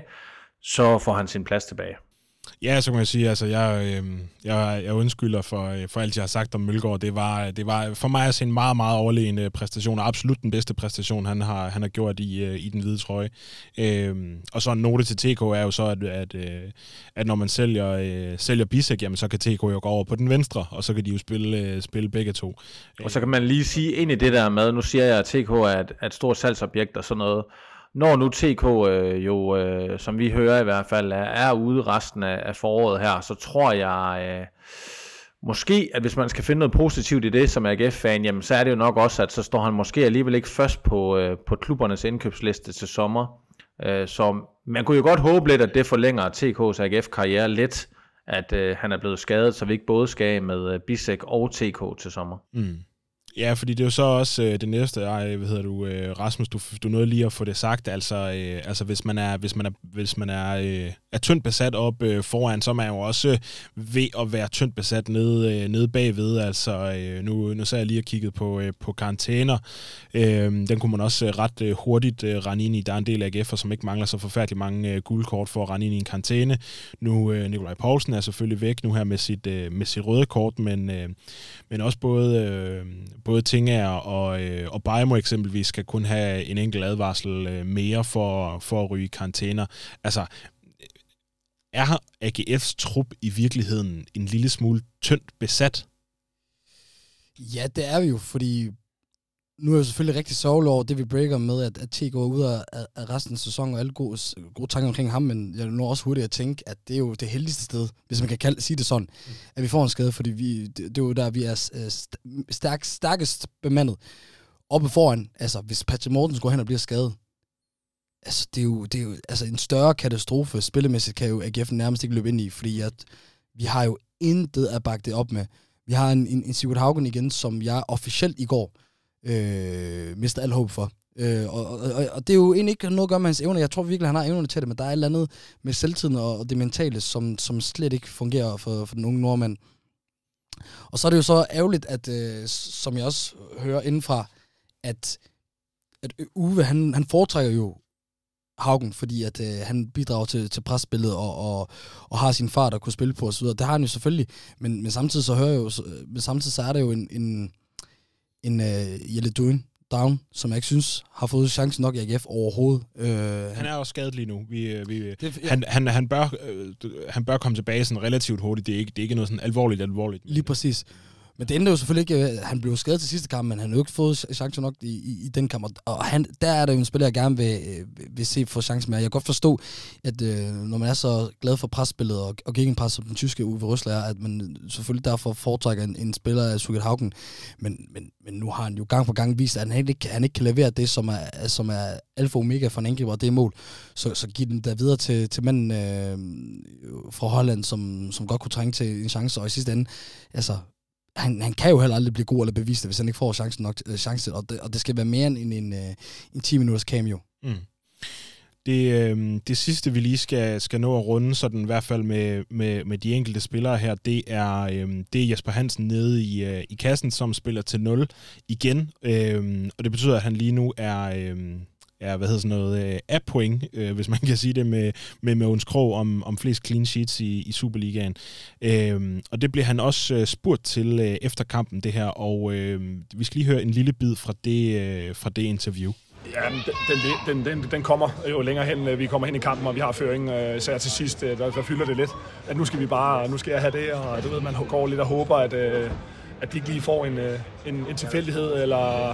så får han sin plads tilbage. Ja, så kan jeg sige, altså jeg, øh, jeg, jeg undskylder for, for alt, jeg har sagt om Mølgaard. Det var, det var for mig altså en meget, meget overlegen præstation, og absolut den bedste præstation, han har, han har gjort i, i den hvide trøje. Øh, og så en note til T K er jo så, at, at, at når man sælger, øh, sælger Bisek, jamen så kan T K jo gå over på den venstre, og så kan de jo spille, spille begge to. Og så kan man lige sige ind i det der med, nu siger jeg, at T K er et, et stort salgsobjekt og sådan noget. Når nu T K øh, jo, øh, som vi hører i hvert fald, er, er ude resten af, af foråret her, så tror jeg øh, måske, at hvis man skal finde noget positivt i det som A G F-fan, jamen så er det jo nok også, at så står han måske alligevel ikke først på, øh, på klubbernes indkøbsliste til sommer. Øh, så man kunne jo godt håbe lidt, at det forlænger T K's A G F-karriere lidt, at øh, han er blevet skadet, så vi ikke både skal med øh, Bisek og T K til sommer. Mm. Ja, fordi det er jo så også øh, det næste, ej, hvad hedder du, øh, Rasmus, du, du nåede lige at få det sagt, altså, øh, altså hvis man er, hvis man er, hvis man er, øh, er tyndt besat op øh, foran, så er man jo også øh, ved at være tyndt besat nede, øh, nede bagved, altså øh, nu, nu så jeg lige og kigget på, øh, på karantæner, øh, den kunne man også øh, ret øh, hurtigt øh, rende ind i, der er en del af A G F'er, som ikke mangler så forfærdeligt mange øh, guldkort for at rende ind i en karantæne. Nu, øh, Nikolaj Poulsen er selvfølgelig væk nu her med sit, øh, med sit røde kort, men, øh, men også både, øh, både Tingager og, øh, og Bajmo eksempelvis skal kun have en enkelt advarsel øh, mere for, for at ryge karantæner. Altså, er A G F's trup i virkeligheden en lille smule tyndt besat? Ja, det er vi jo, fordi nu er jeg selvfølgelig rigtig sørgelig over det, vi breaker med, at, at T går ud af, af resten af sæsonen, og alle gode, gode tanker omkring ham, men jeg er nu også hurtigt at tænke, at det er jo det heldigste sted, hvis man kan kalde, sige det sådan, mm. at vi får en skade, fordi vi, det, det er jo der, vi er stærk, stærkest bemandet oppe foran. Altså, hvis Patrick Mortensen går hen og bliver skadet, altså, det er jo, det er jo altså, en større katastrofe. Spillemæssigt kan jo A G F nærmest ikke løbe ind i, fordi at vi har jo intet at bakke det op med. Vi har en, en, en Sigurd Haugen igen, som jeg officielt i går øh, mister al håb for. Øh, og, og, og det er jo egentlig ikke noget at gøre med hans evner. Jeg tror virkelig, han har evnerne til det, men der er et eller andet med selvtiden og, og det mentale, som, som slet ikke fungerer for, for den unge nordmand. Og så er det jo så ærgerligt, at øh, som jeg også hører indenfra, at, at Uwe, han, han foretrækker jo Haugen, fordi at øh, han bidrager til, til presspillet og, og, og har sin far, der kunne spille på osv. Det har han jo selvfølgelig, men, men samtidig så hører jeg jo, men samtidig så er der jo en, en, en uh, Jelle Duin Down, som jeg ikke synes har fået chancen nok i A G F overhovedet. Uh, han, han er også skadet lige nu. Vi, vi, det, ja. han, han, han, bør, øh, han bør komme tilbage sådan relativt hurtigt. Det er ikke, det er ikke noget sådan alvorligt alvorligt. Lige præcis. Men det endte jo selvfølgelig ikke, han blev skadet til sidste kamp, men han har jo ikke fået chancen nok i, i, i den kamp. Og han, der er der jo en spiller, jeg gerne vil, vil se få chancen med. Jeg kan godt forstå, at øh, når man er så glad for presspillet og, og gegenpres, som den tyske Uwe Røsler er, at man selvfølgelig derfor foretrækker en, en spiller af Sigurd Haugen. Men, men, men nu har han jo gang på gang vist, at han ikke, han ikke kan levere det, som er, som er alfa og omega for en angriber, og det er mål. Så, så giv den der videre til, til manden øh, fra Holland, som, som godt kunne trænge til en chance. Og i sidste ende, altså... Han, han kan jo heller aldrig blive god eller bevise det, hvis han ikke får chancen nok, øh, chance, og, det, og det skal være mere end en, øh, en ti minutters cameo. Mm. Det, øh, det sidste, vi lige skal, skal nå at runde, sådan i hvert fald med, med, med de enkelte spillere her, det er, øh, det er Jesper Hansen nede i, øh, i kassen, som spiller til nul igen, øh, og det betyder, at han lige nu er... Øh, ja, hvad hedder sådan noget, øh, A-point, øh, hvis man kan sige det, med, med Mogens Krog om, om flest clean sheets i, i Superligaen. Øh, og det blev han også øh, spurgt til øh, efter kampen, det her, og øh, vi skal lige høre en lille bid fra det, øh, fra det interview. Ja, den, den, den, den kommer jo længere hen, vi kommer hen i kampen, og vi har føring, øh, så til sidst, øh, der, der fylder det lidt, at nu skal vi bare, nu skal jeg have det, og du ved, man går lidt og håber, at, øh, at de ikke lige får en, en, en tilfældighed, eller...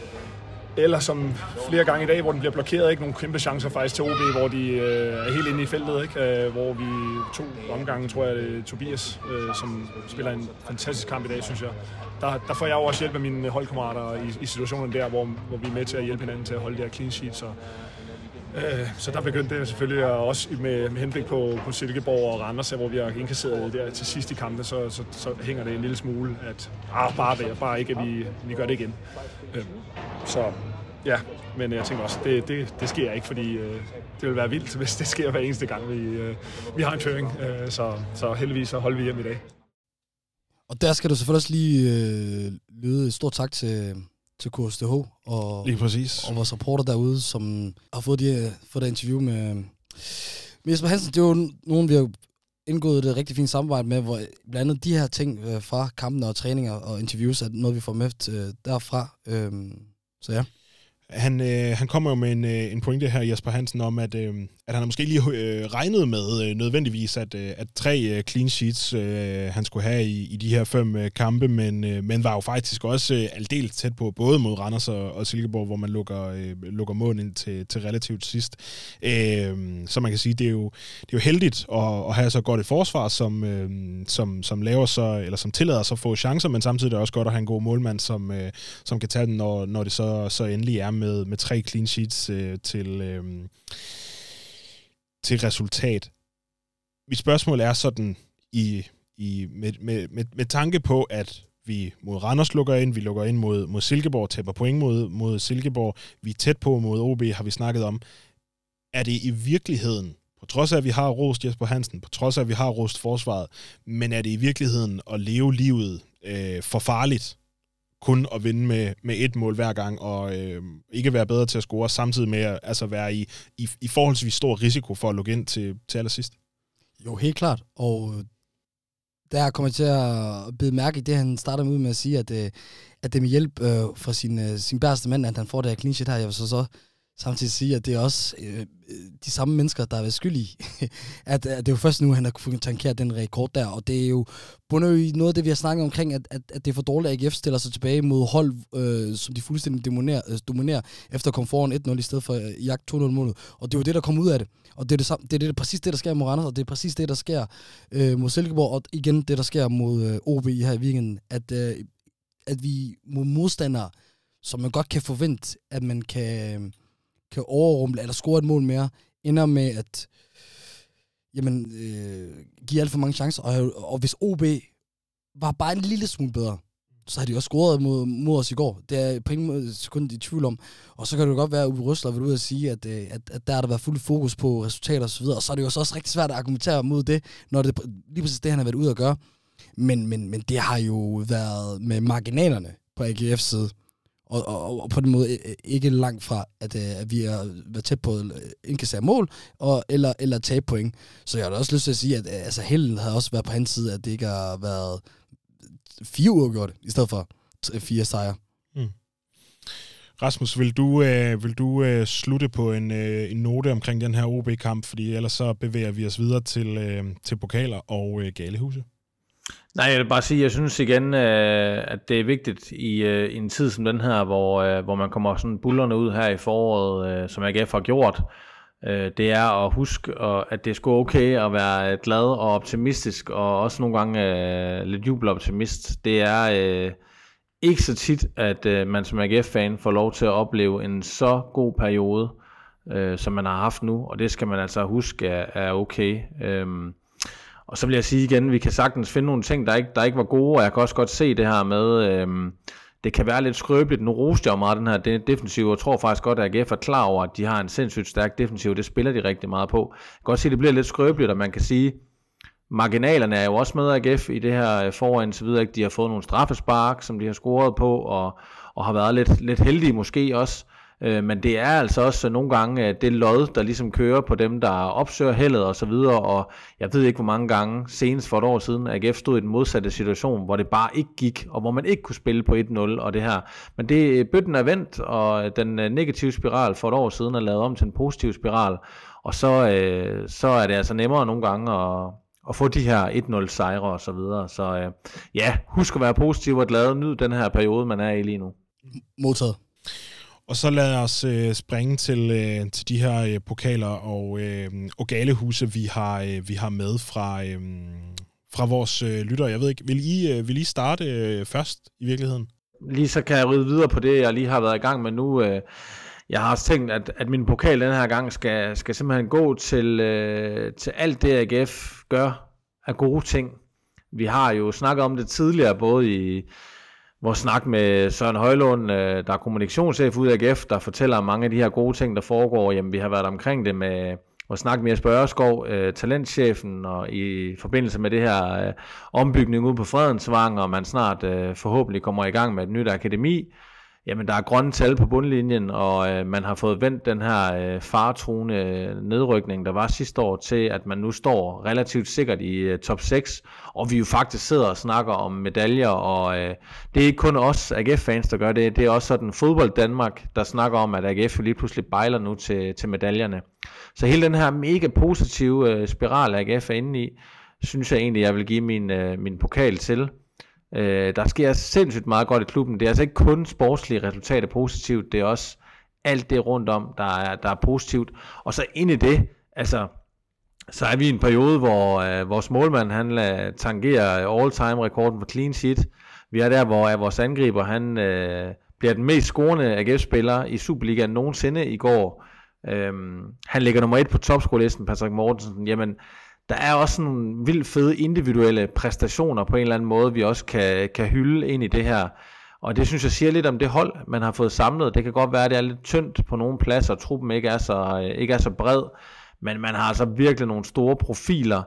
Eller som flere gange i dag, hvor den bliver blokeret, ikke nogle kæmpe chancer faktisk til O B, hvor de øh, er helt inde i feltet, ikke? Øh, hvor vi to omgange, tror jeg, det er Tobias, øh, som spiller en fantastisk kamp i dag, synes jeg. Der, der får jeg jo også hjælp af mine holdkammerater i, i situationen der, hvor, hvor vi er med til at hjælpe hinanden til at holde det her clean sheet. Så, øh, så der begyndte det selvfølgelig også med, med henblik på, på Silkeborg og Randers, hvor vi har indkasseret der til sidst i kampen, så, så, så hænger det en lille smule, at ah, bare det, bare ikke, at vi, vi gør det igen. Øh, Så ja, men jeg tænker også, det, det, det sker ikke, fordi øh, det vil være vildt, hvis det sker hver eneste gang, vi, øh, vi har en føring. Øh, så, så heldigvis så holder vi hjem i dag. Og der skal du selvfølgelig også lige øh, lyde et stort tak til, til K S D H og, lige præcis. og vores reporter derude, som har fået, de, fået det interview med, med Jesper Hansen. Det er jo nogen, vi har indgået et rigtig fint samarbejde med, hvor blandt andet de her ting øh, fra kampene og træninger og interviews er noget, vi får med øh, derfra. Øh, Så ja. Han, øh, han kommer jo med en, øh, en pointe her, Jesper Hansen, om, at, øh, at han måske lige øh, regnet med øh, nødvendigvis, at, øh, at tre øh, clean sheets øh, han skulle have i, i de her fem øh, kampe, men, øh, men var jo faktisk også øh, aldeles tæt på, både mod Randers og, og Silkeborg, hvor man lukker, øh, lukker mål ind til, til relativt sidst. Øh, så man kan sige, det er jo, det er jo heldigt at, at have så godt et forsvar, som, øh, som, som laver så, eller som tillader sig at få chancer, men samtidig er det også godt at have en god målmand, som, øh, som kan tage den, når, når det så, så endelig er med, med tre clean sheets øh, til, øh, til resultat. Mit spørgsmål er sådan, i, i, med, med, med, med tanke på, at vi mod Randers lukker ind, vi lukker ind mod, mod Silkeborg, taber point mod, mod Silkeborg, vi er tæt på mod O B, har vi snakket om. Er det i virkeligheden, på trods af, at vi har rost Jesper Hansen, på trods af, at vi har rost forsvaret, men er det i virkeligheden at leve livet øh, for farligt, kun at vinde med, med et mål hver gang, og øh, ikke være bedre til at score, samtidig med at altså være i, i, i forholdsvis stor risiko for at lukke ind til, til allersidst? Jo, helt klart. Og der kommer jeg til at bide mærke i det, han starter ud med at sige, at, at det med hjælp øh, fra sin, øh, sin bæreste mand, at han får det her clean sheet her. Jeg vil så, så samtidig sige, at det er også øh, de samme mennesker, der er været skyldige. at, at det er jo først nu, han har kunnet tankere den rekord der, og det er jo bunder i noget af det, vi har snakket omkring, at, at, at det er for dårligt, at A G F stiller sig tilbage mod hold, øh, som de fuldstændig dominerer, øh, dominerer efter at komme foran et nul i stedet for øh, jagt to nul-målet. Og det er jo det, der kommer ud af det. Og det er, det, samme, det, er det, det er præcis det, der sker mod Randers, og det er præcis det, der sker øh, mod Silkeborg, og igen det, der sker mod øh, O B her i weekenden, at, øh, at vi mod modstandere, som man godt kan forvente, at man kan, kan overrumple eller score et mål mere, ender med at jamen, øh, give alt for mange chancer. Og, og hvis O B var bare en lille smule bedre, så har de også scoret mod, mod os i går. Det er på ingen måde sekund i tvivl om. Og så kan det jo godt være, at Uwe Røsler vil ud og sige, at, at, at der er der været fuld fokus på resultater og så videre. Og så er det jo også rigtig svært at argumentere mod det, når det lige præcis det, han har været ude at gøre. Men, men, men det har jo været med marginalerne på A G F's side. Og, og, og på den måde ikke langt fra, at, at vi har været tæt på at indkassere mål, og, eller, eller tabe point. Så jeg har også lyst til at sige, at altså, helden havde også været på hans side, at det ikke har været fire uafgjorte, i stedet for fire sejre. Mm. Rasmus, vil du, øh, vil du øh, slutte på en, øh, en note omkring den her O B-kamp, fordi ellers så bevæger vi os videre til, øh, til pokaler og øh, Galehuse? Nej, jeg vil bare sige, jeg synes igen, øh, at det er vigtigt i, øh, i en tid som den her, hvor, øh, hvor man kommer sådan bullerne ud her i foråret, øh, som A G F har gjort. Øh, det er at huske, og, at det er sgu okay at være glad og optimistisk, og også nogle gange øh, lidt jubeloptimist. Det er øh, ikke så tit, at øh, man som A G F-fan får lov til at opleve en så god periode, øh, som man har haft nu, og det skal man altså huske er, er okay. Øh, Og så vil jeg sige igen, vi kan sagtens finde nogle ting, der ikke, der ikke var gode, og jeg kan også godt se det her med, øhm, det kan være lidt skrøbeligt. Nu roste jeg jo meget den her defensiv, og jeg tror faktisk godt, at A G F er klar over, at de har en sindssygt stærk defensiv. Det spiller de rigtig meget på. Jeg kan godt se, at det bliver lidt skrøbeligt, og man kan sige, marginalerne er jo også med A G F i det her forår indtil videre. De har fået nogle straffespark, som de har scoret på, og, og har været lidt, lidt heldige måske også. Men det er altså også nogle gange det lod, der ligesom kører på dem, der opsøger heldet og så videre, og jeg ved ikke, hvor mange gange senest for et år siden, A G F stod i den modsatte situation, hvor det bare ikke gik, og hvor man ikke kunne spille på et nul og det her. Men det bøtten er vendt, og den negative spiral for et år siden er lavet om til en positiv spiral, og så, øh, så er det altså nemmere nogle gange at, at få de her et nul sejre og så videre. Så øh, ja, husk at være positiv og glad, nyd den her periode, man er i lige nu. Modtaget. Og så lad os øh, springe til, øh, til de her øh, pokaler og, øh, og galehuse, vi har, øh, vi har med fra, øh, fra vores øh, lyttere. Jeg ved ikke, vil I, øh, vil I starte øh, først i virkeligheden? Lige så kan jeg rydde videre på det, jeg lige har været i gang med nu. Øh, jeg har også tænkt, at, at min pokal den her gang skal, skal simpelthen gå til, øh, til alt det, A G F gør af gode ting. Vi har jo snakket om det tidligere, både i vores snak med Søren Højlund, der er kommunikationschef ude af A G F, der fortæller om mange af de her gode ting, der foregår. Jamen, vi har været omkring det med at snakke med Jesper Ørskov, øh, talentchefen, og i forbindelse med det her øh, ombygning ude på Fredensvang, og man snart øh, forhåbentlig kommer i gang med et nyt akademi. Jamen, der er grønne tal på bundlinjen, og øh, man har fået vendt den her øh, faretruende nedrykning, der var sidste år, til at man nu står relativt sikkert i øh, top seks, og vi jo faktisk sidder og snakker om medaljer, og øh, det er ikke kun os A G F-fans, der gør det, det er også sådan fodbold Danmark, der snakker om, at A G F lige pludselig bejler nu til, til medaljerne. Så hele den her mega positive øh, spiral, A G F er inde i, synes jeg egentlig, jeg vil give min, øh, min pokal til. Øh, der sker sindssygt meget godt i klubben. Det er altså ikke kun sportslige resultater positivt, det er også alt det rundt om, der er, der er positivt. Og så ind i det, altså, så er vi i en periode, hvor øh, vores målmand, han uh, tangerer all-time rekorden for clean sheet. Vi er der, hvor uh, vores angriber, han uh, bliver den mest scorende A G F-spiller i Superligaen nogensinde i går. Um, han ligger nummer et på topscorelisten, Patrick Mortensen. Jamen, der er også nogle vildt fede individuelle præstationer på en eller anden måde, vi også kan, kan hylde ind i det her. Og det synes jeg siger lidt om det hold, man har fået samlet. Det kan godt være, at det er lidt tyndt på nogle pladser, og truppen ikke er så, ikke er så bred. Men man har altså virkelig nogle store profiler,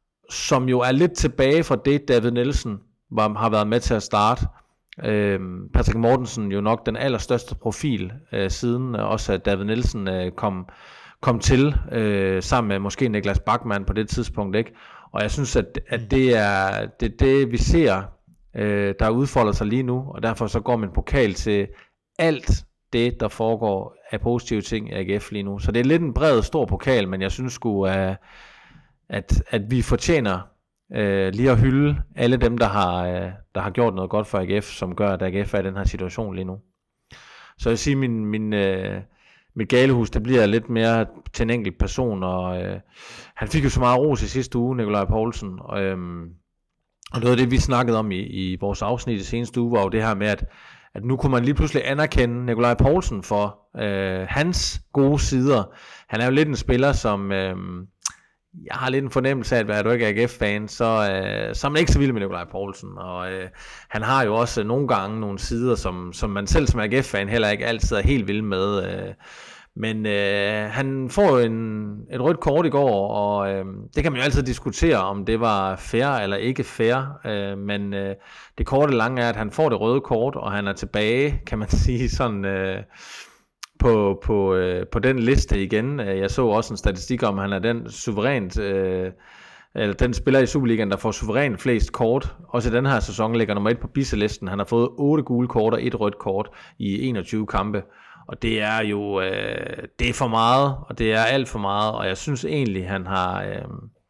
som jo er lidt tilbage fra det, David Nielsen var, har været med til at starte. Øhm, Patrick Mortensen jo nok den allerstørste profil, øh, siden også at David Nielsen øh, kom... kom til, øh, sammen med måske Niklas Bachmann på det tidspunkt, ikke? Og jeg synes, at, at det er det, det vi ser, øh, der udfolder sig lige nu, og derfor så går min pokal til alt det, der foregår af positive ting i A G F lige nu. Så det er lidt en bred, stor pokal, men jeg synes sgu, at, at, at vi fortjener øh, lige at hylde alle dem, der har, øh, der har gjort noget godt for A G F, som gør, at A G F er i den her situation lige nu. Så jeg siger, min, min, øh, mit galehus, det bliver lidt mere til en enkelt person, og øh, han fik jo så meget ros i sidste uge, Nikolaj Poulsen, og, øh, og noget af det, vi snakkede om i, i vores afsnit i seneste uge, var jo det her med, at, at nu kunne man lige pludselig anerkende Nikolaj Poulsen for øh, hans gode sider. Han er jo lidt en spiller, som... Øh, jeg har lidt en fornemmelse af, at er du ikke A G F-fan, så, øh, så er man ikke så vild med Nikolaj Poulsen, og øh, han har jo også nogle gange nogle sider, som, som man selv som A G F-fan heller ikke altid er helt vild med, øh, men øh, han får jo en, et rødt kort i går, og øh, det kan man jo altid diskutere, om det var fair eller ikke fair, øh, men øh, det korte lange er, at han får det røde kort, og han er tilbage, kan man sige, sådan... Øh, På, på, øh, på den liste igen. Jeg så også en statistik om, at han er den suverænt, øh, eller den spiller i Superligaen, der får suverænt flest kort. Også i den her sæson ligger nummer et på bisselisten. Han har fået otte gule kort og et rødt kort i enogtyve kampe. Og det er jo øh, det er for meget, og det er alt for meget. Og jeg synes egentlig, han har øh,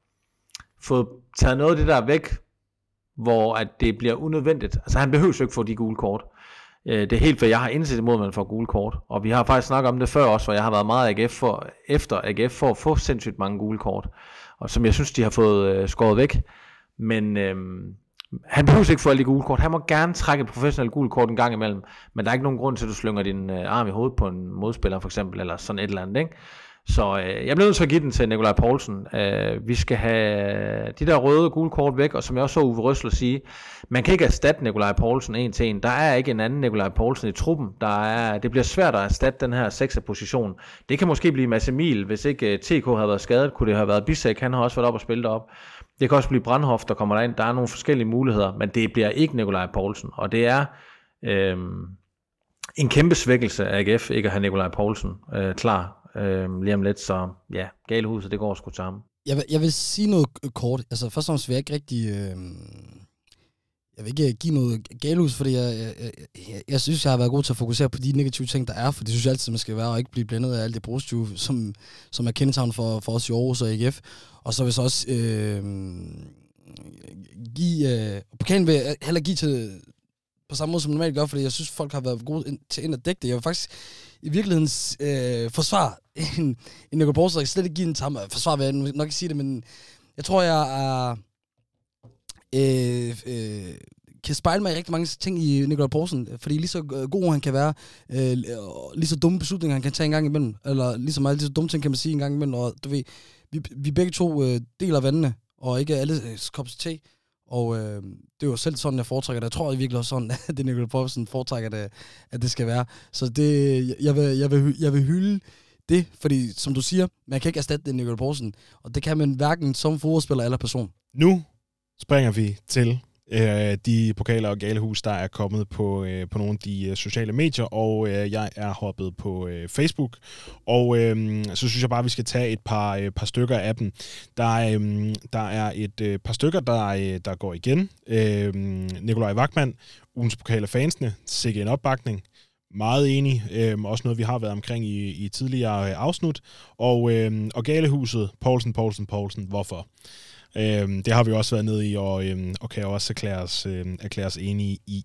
fået taget noget af det der væk, hvor at det bliver unødvendigt. Altså han behøver jo ikke få de gule kort. Det er helt for, jeg har indset imod, at man får gule kort. Og vi har faktisk snakket om det før også, hvor jeg har været meget A G F for, efter A G F for at få sindssygt mange gule kort. Og som jeg synes, de har fået øh, skåret væk. Men øhm, han behøver ikke få alle de gule kort. Han må gerne trække et professionelt gule kort en gang imellem. Men der er ikke nogen grund til, at du slynger din øh, arm i hovedet på en modspiller for eksempel. Eller sådan et eller andet, ikke? Så øh, jeg bliver nødt til at give den til Nikolaj Poulsen. Øh, vi skal have de der røde og gule kort væk, og som jeg også så Uwe Røsler sige, man kan ikke erstatte Nikolaj Poulsen en til en. Der er ikke en anden Nikolaj Poulsen i truppen. Der er, det bliver svært at erstatte den her sekser-position. Det kan måske blive Mads Emil, hvis ikke T K havde været skadet, kunne det have været Bisek, han har også været op og spillet op. Det kan også blive Brandhoff, der kommer derind. Der er nogle forskellige muligheder, men det bliver ikke Nikolaj Poulsen, og det er... Øh, en kæmpe svækkelse af A G F ikke at have Nikolaj Poulsen øh, klar øh, lige om lidt, så ja, galehuset, det går sgu til ham. Jeg vil, jeg vil sige noget kort. Altså først og fremmest vil jeg ikke rigtig... Øh, jeg vil ikke give noget galehus, fordi jeg, jeg, jeg, jeg synes, jeg har været god til at fokusere på de negative ting, der er, for det synes jeg altid, man skal være, og ikke blive blændet af alt det positive, som, som er kendetegn for, for os i Aarhus og A G F. Og så vil jeg så også øh, give... Øh, pokalen vil jeg heller give til... på samme måde som normalt gør, fordi jeg synes, folk har været gode til ind at dække det. Jeg vil faktisk i virkeligheden øh, forsvare en, en Nikolaj Poulsen, jeg kan slet ikke give en tam forsvar, vil jeg nok ikke sige det, men jeg tror, jeg er, øh, øh, kan spejle mig i rigtig mange ting i Nikolaj Poulsen, fordi lige så god han kan være, øh, lige så dumme beslutninger han kan tage en gang imellem, eller lige så meget lige så dumme ting kan man sige en gang imellem, og du ved, vi, vi begge to øh, deler vandene, og ikke alle øh, kopper te. Og øh, det er jo selv sådan, jeg foretrækker det. Jeg tror virkelig også sådan, at det Nikolaj Poulsen foretrækker det, at det skal være. Så det, jeg, vil, jeg, vil, jeg vil hylde det, fordi som du siger, man kan ikke erstatte det Nikolaj Poulsen. Og det kan man hverken som fodboldspiller eller person. Nu springer vi til øh, de pokaler og galehus, der er kommet på, øh, på nogle af de øh, sociale medier, og øh, jeg er hoppet på øh, Facebook, og øh, så synes jeg bare, at vi skal tage et par, øh, par stykker af dem. Der, øh, der er et øh, par stykker, der, øh, der går igen. Øh, Nikolaj Vagtmann, ugens pokal af fansene, sikke en opbakning. Meget enig, øh, også noget, vi har været omkring i, i tidligere øh, afsnit. Og, øh, og galehuset, Poulsen, Poulsen, Poulsen, hvorfor? Øhm, det har vi også været nede i, og, øhm, og kan også erklæres, øhm, erklæres enige i.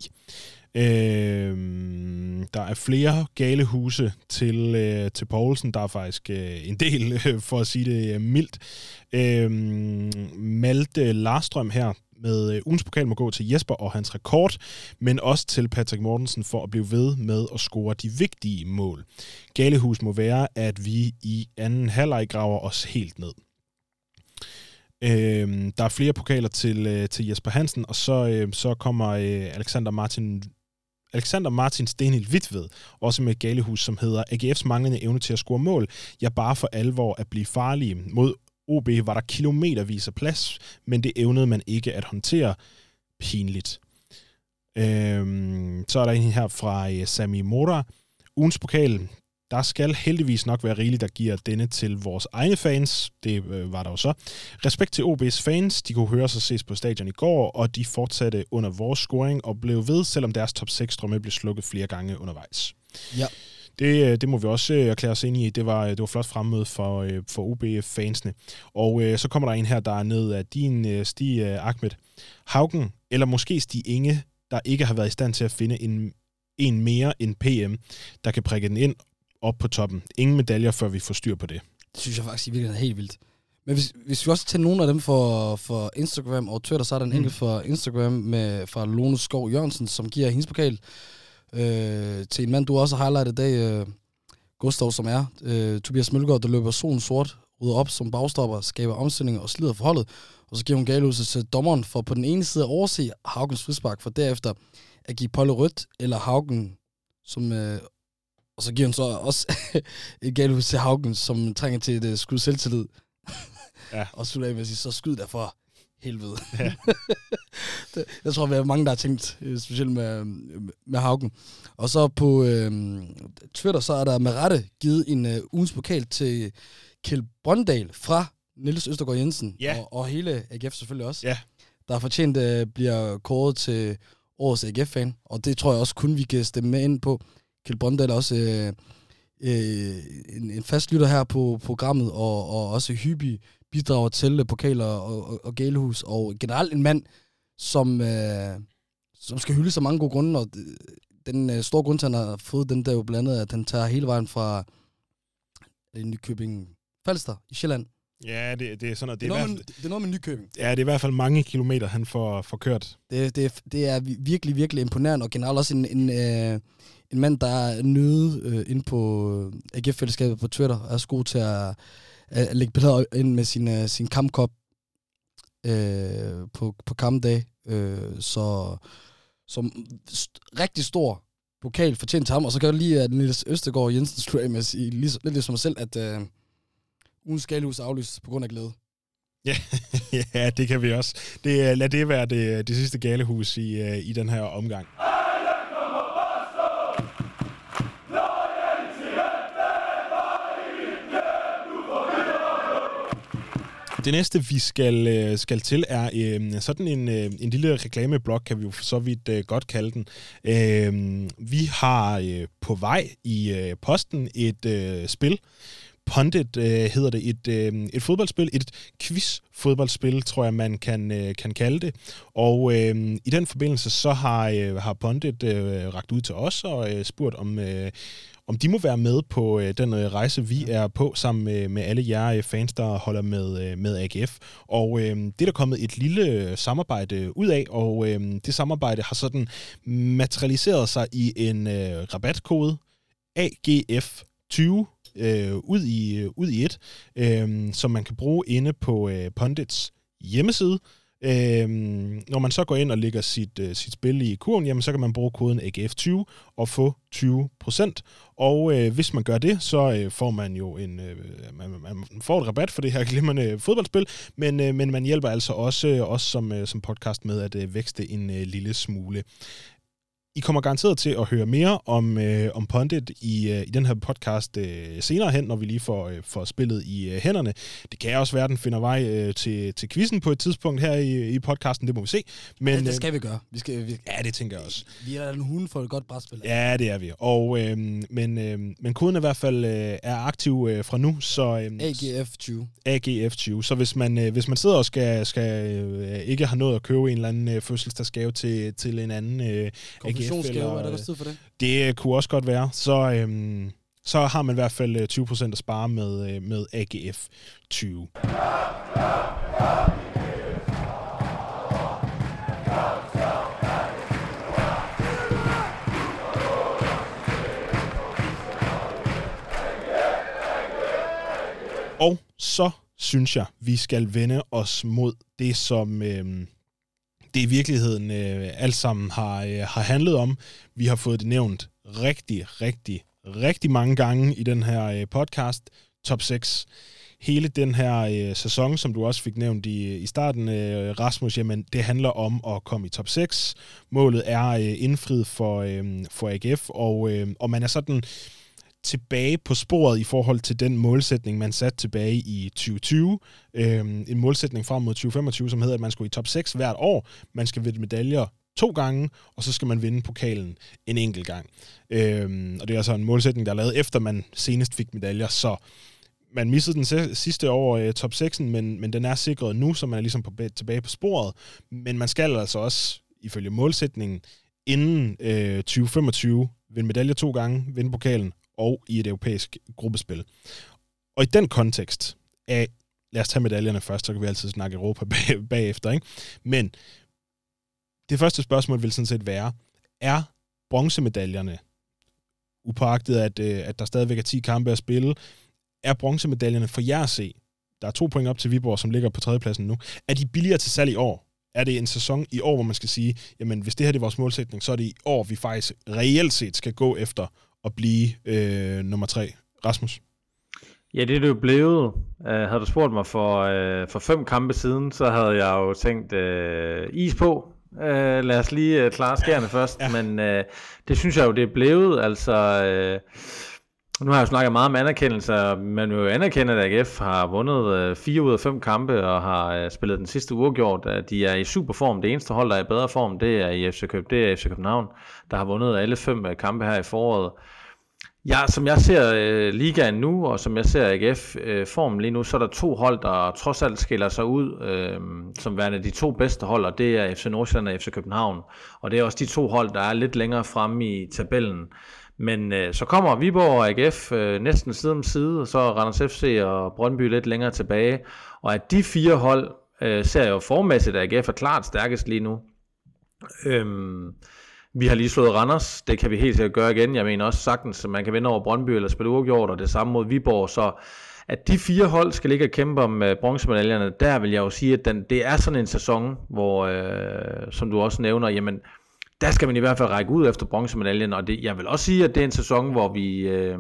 Øhm, der er flere gale huse til, øh, til Poulsen. Der er faktisk øh, en del, øh, for at sige det øh, mildt. Øhm, Malte Larstrøm her med øh, ugens pokal må gå til Jesper og hans rekord, men også til Patrick Mortensen for at blive ved med at score de vigtige mål. Galehus må være, at vi i anden halvleg graver os helt ned. Øh, der er flere pokaler til, øh, til Jesper Hansen, og så, øh, så kommer øh, Alexander Martin Alexander Martin Stenhild Hvidtved, også med et galehus, som hedder A G F's manglende evne til at score mål. Ja, bare for alvor at blive farlige. Mod O B var der kilometervis af plads, men det evnede man ikke at håndtere. Pinligt. Øh, så er der en her fra øh, Sami Mora. Ugens pokal. Der skal heldigvis nok være rigeligt, der giver denne til vores egne fans. Det øh, var der jo så. Respekt til O B's fans. De kunne høre sig ses på stadion i går, og de fortsatte under vores scoring og blev ved, selvom deres top seks drømme blev slukket flere gange undervejs. Ja. Det, det må vi også erklære os ind i. Det var, det var flot fremmøde for, for O B-fansene. Og øh, så kommer der en her, der er ned af din Stig Ahmed. Haugen, eller måske Stig Inge, der ikke har været i stand til at finde en, en mere end P M, der kan prikke den ind op på toppen. Ingen medaljer, før vi får styr på det. Det synes jeg faktisk i virkeligheden er helt vildt. Men hvis, hvis vi også tager nogle af dem for, for Instagram og Twitter, så er der en mm. enkelt for Instagram med, fra Lone Skov Jørgensen, som giver hendes pokal øh, til en mand, du også har highlightet i dag, øh, Gustav, som er øh, Tobias Mølgaard, der løber solen sort, rydder op som bagstopper, skaber omstilling og slider forholdet. Og så giver hun Galehuset til dommeren for på den ene side at overse Haugens frispark, for derefter at give Polle rødt, eller Haugen, som... Øh, og så giver hun så også et Galehus til Haugen, som trænger til et uh, skud selvtillid. Ja. Og slutter af med at sige, så skyd der for helvede. Ja. det, jeg tror, vi er mange, der har tænkt, specielt med, med Haugen. Og så på øh, Twitter, så er der med rette givet en uh, ugens pokal til Kjeld Brøndal fra Niels Østergaard Jensen. Ja. Og, og hele A G F selvfølgelig også. Ja. Der fortjent uh, bliver kåret til årets A G F-fan. Og det tror jeg også kun, vi kan stemme med ind på. Kjeld Brøndal er også øh, øh, en, en fast lytter her på programmet, og, og også hyppig bidrager til pokaler og, og, og Galehus, og generelt en mand, som, øh, som skal hylde så mange gode grunde, og den øh, store grund til, at han har fået den der jo blandt andet, at han tager hele vejen fra Nykøbing Falster i Sjælland. Ja, det, det er sådan noget. Det, det, er er noget med, det er noget med Nykøbing. Ja, det er i hvert fald mange kilometer, han får, får kørt. Det, det, det er virkelig, virkelig imponerende, og generelt også en... en øh, En mand, der er nøde øh, inde på A G F-fællesskabet på Twitter, er så god til at, at lægge billeder ind med sin, uh, sin kampkop øh, på, på kampdag. Øh, så som st- rigtig stor pokal fortjent til ham. Og så kan jeg lige, at Niels Østergaard Jensen slutter med at sige, lige, lidt ligesom mig selv, at øh, ugens Galehus aflyses på grund af glæde. Ja, ja, det kan vi også. Det, lad det være det, det sidste Galehus i, i den her omgang. Det næste, vi skal, skal til, er øh, sådan en, øh, en lille reklameblok, kan vi jo så vidt øh, godt kalde den. Øh, vi har øh, på vej i øh, posten et øh, spil. Pundit øh, hedder det, et, øh, et fodboldspil, et quiz-fodboldspil, tror jeg, man kan, øh, kan kalde det. Og øh, i den forbindelse, så har, øh, har Pundit øh, rakt ud til os og øh, spurgt, om, øh, om de må være med på øh, den øh, rejse, vi er på, sammen med, med alle jer øh, fans, der holder med, øh, med A G F. Og øh, det er der kommet et lille samarbejde ud af, og øh, det samarbejde har sådan materialiseret sig i en øh, rabatkode, A G F tyve, Øh, ud, i, øh, ud i et, øh, som man kan bruge inde på øh, Pundits hjemmeside. Øh, når man så går ind og lægger sit, øh, sit spil i kurven, jamen, så kan man bruge koden A G F tyve og få tyve procent. Og øh, hvis man gør det, så øh, får man jo en, øh, man, man får et rabat for det her glimrende fodboldspil, men, øh, men man hjælper altså også øh, os som, øh, som podcast med at øh, vækste en øh, lille smule. I kommer garanteret til at høre mere om, øh, om Pundit i, øh, i den her podcast øh, senere hen, når vi lige får, øh, får spillet i øh, hænderne. Det kan også være, at den finder vej øh, til, til quizzen på et tidspunkt her i, i podcasten, det må vi se. Men, ja, det skal vi gøre. Vi skal, vi, ja, det tænker jeg også. Vi er en hunde for et godt brætspil. Ja, det er vi. Og, øh, men, øh, men koden i hvert fald øh, er aktiv øh, fra nu, så... Øh, A G F tyve. A G F tyve. Så hvis man, øh, hvis man sidder og skal, skal øh, ikke har nået at købe en eller anden øh, fødselsdagsgave til, til en anden øh, A G F, eller, er der også tid for det? Det kunne også godt være. Så, øhm, så har man i hvert fald tyve procent at spare med, med A G F tyve. Og så synes jeg, vi skal vende os mod det, som... Øhm, det i virkeligheden øh, alt sammen har, øh, har handlet om. Vi har fået det nævnt rigtig, rigtig, rigtig mange gange i den her øh, podcast. Top seks. Hele den her øh, sæson, som du også fik nævnt i, i starten, øh, Rasmus, jamen det handler om at komme i top seks. Målet er øh, indfriet for, øh, for A G F, og, øh, og man er sådan tilbage på sporet i forhold til den målsætning, man satte tilbage i tyve tyve. Øhm, en målsætning frem mod tyve femogtyve, som hedder, at man skulle i top seks hvert år. Man skal vinde medaljer to gange, og så skal man vinde pokalen en enkelt gang. Øhm, og det er altså en målsætning, der er lavet efter man senest fik medaljer, så man missede den sidste år øh, top seksen, men, men den er sikret nu, så man er ligesom på, tilbage på sporet, men man skal altså også, ifølge målsætningen, inden øh, tyve femogtyve vinde medaljer to gange, vinde pokalen, og i et europæisk gruppespil. Og i den kontekst af, lad os tage medaljerne først, så kan vi altid snakke Europa bag, bagefter, ikke? Men det første spørgsmål vil sådan set være, er bronzemedaljerne, upåagtet at, at der stadigvæk er ti kampe at spille, er bronzemedaljerne for jer at se, der er to point op til Viborg, som ligger på tredjepladsen nu, er de billigere til salg i år? Er det en sæson i år, hvor man skal sige, jamen hvis det her er vores målsætning, så er det i år, vi faktisk reelt set skal gå efter at blive øh, nummer tre? Rasmus? Ja, det er det jo blevet. Uh, havde du spurgt mig for, uh, for fem kampe siden, så havde jeg jo tænkt uh, is på. Uh, lad os lige uh, klare skærene først. Ja. Men uh, det synes jeg jo, det er blevet. Altså, uh, nu har jeg jo snakket meget om anerkendelser. Man vil jo anerkende, at A G F har vundet uh, fire ud af fem kampe og har uh, spillet den sidste uafgjort. Uh, de er i superform. Det eneste hold, der er i bedre form, det er i F C Køb, det er F C København, der har vundet alle fem uh, kampe her i foråret. Ja, som jeg ser øh, ligaen nu, og som jeg ser A G F-formen øh, lige nu, så er der to hold, der trods alt skiller sig ud øh, som værende de to bedste hold, og det er F C Nordsjælland og F C København. Og det er også de to hold, der er lidt længere fremme i tabellen. Men øh, så kommer Viborg og A G F øh, næsten side om side, og så er Randers F C og Brøndby lidt længere tilbage. Og at de fire hold øh, ser jo formæssigt, at A G F er klart stærkest lige nu. Øhm... Vi har lige slået Randers, det kan vi helt sikkert gøre igen. Jeg mener også sagtens, at man kan vinde over Brøndby eller spille uafgjort, og det samme mod Viborg. Så at de fire hold skal ligge og kæmpe om uh, bronzemedaljerne, der vil jeg jo sige, at den, det er sådan en sæson, hvor, uh, som du også nævner, jamen, der skal man i hvert fald række ud efter bronzemedaljen. Og det, jeg vil også sige, at det er en sæson, hvor vi, uh,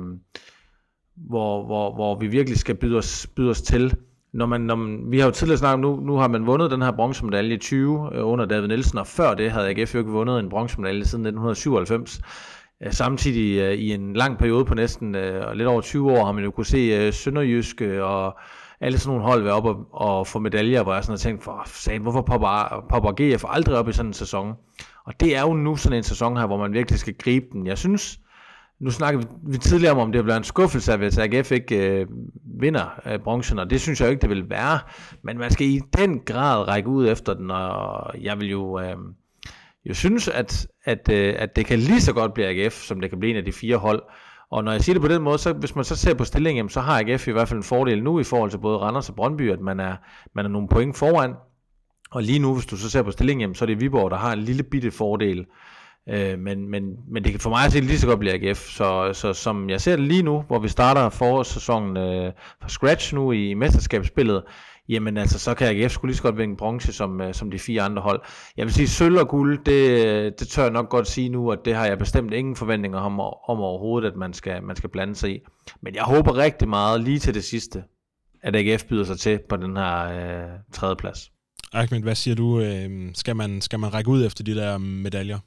hvor, hvor, hvor vi virkelig skal byde os, byde os til. Når man, når man, vi har jo tidligere snakket om, nu, nu har man vundet den her bronzemedalje i tyve øh, under David Nielsen, og før det havde A G F jo ikke vundet en bronzemedalje siden nitten syvoghalvfems. Øh, samtidig øh, i en lang periode på næsten øh, lidt over tyve år har man jo kunne se øh, Sønderjysk øh, og alle sådan nogle hold være op og, og få medaljer, hvor jeg sådan har tænkt, for satan, hvorfor popper, popper G F aldrig op i sådan en sæson? Og det er jo nu sådan en sæson her, hvor man virkelig skal gribe den. Jeg synes, nu snakker vi, vi tidligere om, om det bliver en skuffelse, hvis A G F ikke øh, vinder øh, bronzen, og det synes jeg jo ikke, det vil være. Men man skal i den grad række ud efter den, og jeg vil jo, øh, jo synes, at, at, øh, at det kan lige så godt blive A G F, som det kan blive en af de fire hold. Og når jeg siger det på den måde, så hvis man så ser på stillingen, så har A G F i hvert fald en fordel nu i forhold til både Randers og Brøndby, at man er, man er nogle point foran. Og lige nu, hvis du så ser på stillingen, så er det Viborg, der har en lille bitte fordel. Øh, men, men, men det kan for mig at se lige så godt blive A G F, så, så som jeg ser det lige nu, hvor vi starter forårssæsonen øh, fra scratch nu i mesterskabsspillet, jamen altså så kan A G F sgu lige så godt vinde bronze som, øh, som de fire andre hold. Jeg vil sige sølv og guld, det, det tør jeg nok godt sige nu, at det har jeg bestemt ingen forventninger om, om overhovedet, at man skal, man skal blande sig i. Men jeg håber rigtig meget lige til det sidste, at A G F byder sig til på den her øh, tredje plads. Ahmed, hvad siger du? Øh, skal, man, skal man række ud efter de der medaljer?